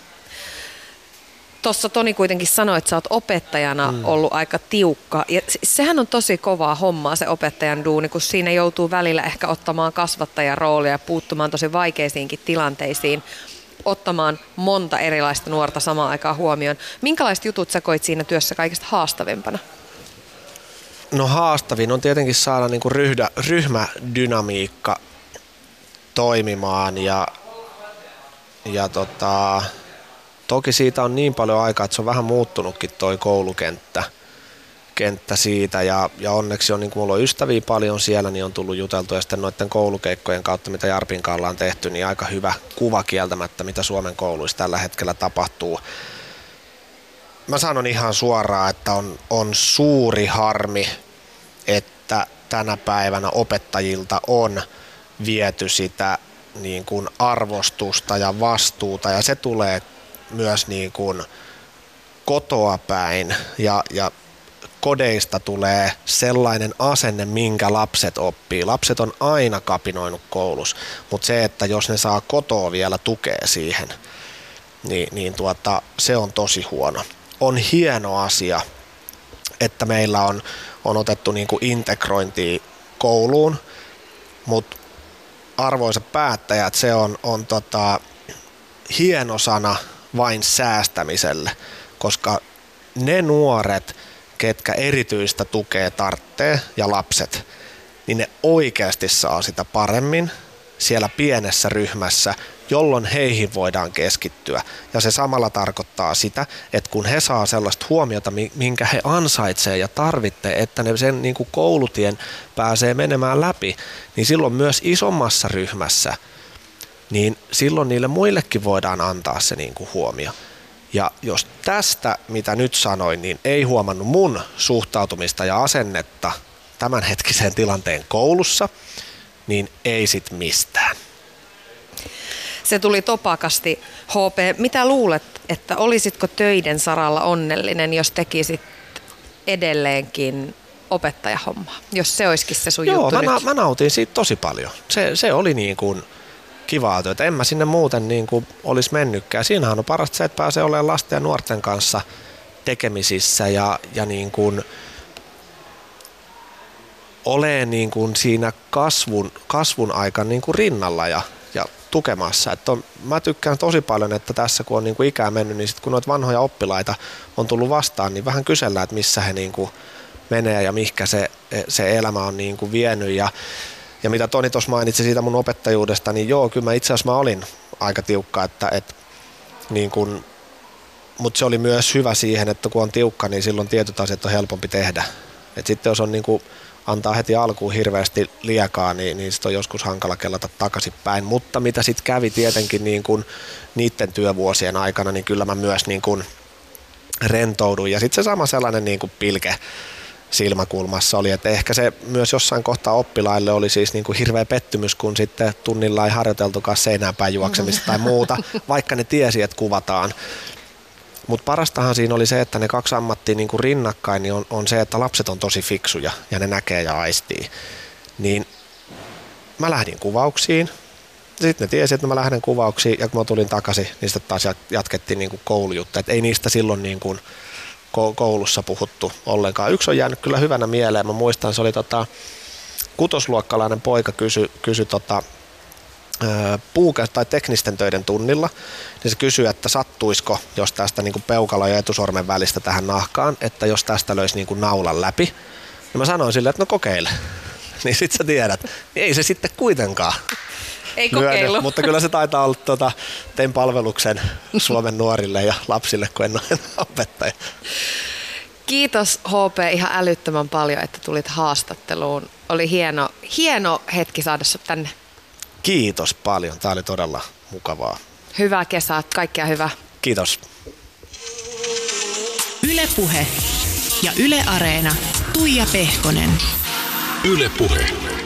Tuossa Toni kuitenkin sanoi, että sä oot opettajana mm. ollut aika tiukka. Ja sehän on tosi kovaa hommaa se opettajan duuni, kun siinä joutuu välillä ehkä ottamaan kasvattajan roolia ja puuttumaan tosi vaikeisiinkin tilanteisiin. Ottamaan monta erilaista nuorta samaan aikaan huomioon. Minkälaiset jutut sä koit siinä työssä kaikista haastavimpana? No haastavin on tietenkin saada niinku ryhdä, ryhmädynamiikka toimimaan ja, ja tota, toki siitä on niin paljon aikaa, että se on vähän muuttunutkin toi koulukenttä kenttä siitä ja, ja onneksi on, niin kuin mulla on ystäviä paljon siellä, niin on tullut juteltu ja sitten noiden koulukeikkojen kautta, mitä Jarpin kanssa ollaan tehty, niin aika hyvä kuva kieltämättä, mitä Suomen kouluissa tällä hetkellä tapahtuu. Mä sanon ihan suoraan, että on, on suuri harmi, että tänä päivänä opettajilta on viety sitä niin kuin arvostusta ja vastuuta ja se tulee myös niin kuin kotoa päin ja, ja kodeista tulee sellainen asenne, minkä lapset oppii. Lapset on aina kapinoinut koulussa, mutta se, että jos ne saa kotoa vielä tukea siihen, niin, niin tuota, se on tosi huono. On hieno asia, että meillä on, on otettu niin kuin integrointia kouluun, mutta arvoisat päättäjät, se on, on tota, hieno sana vain säästämiselle, koska ne nuoret, ketkä erityistä tukea tarvitsee ja lapset, niin ne oikeasti saa sitä paremmin siellä pienessä ryhmässä, jolloin heihin voidaan keskittyä. Ja se samalla tarkoittaa sitä, että kun he saa sellaista huomiota, minkä he ansaitsee ja tarvitsee, että ne sen niin kuin koulutien pääsee menemään läpi, niin silloin myös isommassa ryhmässä, niin silloin niille muillekin voidaan antaa se niin kuin huomio. Ja jos tästä, mitä nyt sanoin, niin ei huomannut mun suhtautumista ja asennetta tämänhetkiseen tilanteen koulussa, niin ei sit mistään. Se tuli topakasti. H P, mitä luulet, että olisitko töiden saralla onnellinen, jos tekisit edelleenkin opettajahommaa, jos se olisikin se sun Joo, juttu mä, nyt? Joo, mä nautin siitä tosi paljon. Se, se oli niin kuin kivaa työtä. En mä sinne muuten niin kuin olisi mennytkään. Siinähän on parasta se, että pääsee olemaan lasten ja nuorten kanssa tekemisissä ja, ja niin kuin olee niin kuin siinä kasvun, kasvun aikan niin kuin rinnalla ja, ja tukemassa. Että on, mä tykkään tosi paljon, että tässä kun on niin kuin ikää mennyt, niin sit kun noita vanhoja oppilaita on tullut vastaan, niin vähän kysellään, että missä he niin kuin menee ja mihinkä se, se elämä on niin kuin vienyt. Ja, ja mitä Toni tuossa mainitsi siitä mun opettajuudesta, niin joo, kyllä mä itse asiassa mä olin aika tiukka, että, että niin kuin, mutta se oli myös hyvä siihen, että kun on tiukka, niin silloin tietyt asiat on helpompi tehdä. Et sitten jos on niin kuin antaa heti alkuun hirveästi liekaa, niin, niin sitten on joskus hankala kellata takaisinpäin. Mutta mitä sitten kävi tietenkin niin kuin niiden työvuosien aikana, niin kyllä mä myös niin kuin rentouduin. Ja sitten se sama sellainen niin kuin pilke silmäkulmassa oli, että ehkä se myös jossain kohtaa oppilaille oli siis niin kuin hirveä pettymys, kun sitten tunnilla ei harjoiteltukaan seinäänpäin juoksemista tai muuta, vaikka ne tiesi, että kuvataan. Mutta parastahan siinä oli se, että ne kaksi ammattia niin kuin rinnakkain niin on, on se, että lapset on tosi fiksuja ja ne näkee ja aistii. Niin mä lähdin kuvauksiin. Sitten ne tiesi, että mä lähden kuvauksiin ja kun mä tulin takaisin, niin sitten taas jatkettiin niin kuin koulujuttu. Et ei niistä silloin niin kuin koulussa puhuttu ollenkaan. Yksi on jäänyt kyllä hyvänä mieleen. Mä muistan, se oli tota, kutosluokkalainen poika kysyi kysy tota, puukä- tai teknisten töiden tunnilla, niin se kysyi, että sattuisiko, jos tästä niin kuin peukalo ja etusormen välistä tähän nahkaan, että jos tästä löisi niin kuin naulan läpi. Ja mä sanoin sille, että no kokeile. Niin sit sä tiedät, niin ei se sitten kuitenkaan Ei kokeilu. lyödy, mutta kyllä se taitaa olla, tuota, tein palveluksen Suomen nuorille ja lapsille, kun en ole enää opettaja. Kiitos H P ihan älyttömän paljon, että tulit haastatteluun. Oli hieno, hieno hetki saada sut tänne. Kiitos paljon. Tämä oli todella mukavaa. Hyvää kesää. Kaikkea hyvää. Kiitos. Yle Puhe ja Yle Areena. Tuija Pehkonen. Yle Puhe.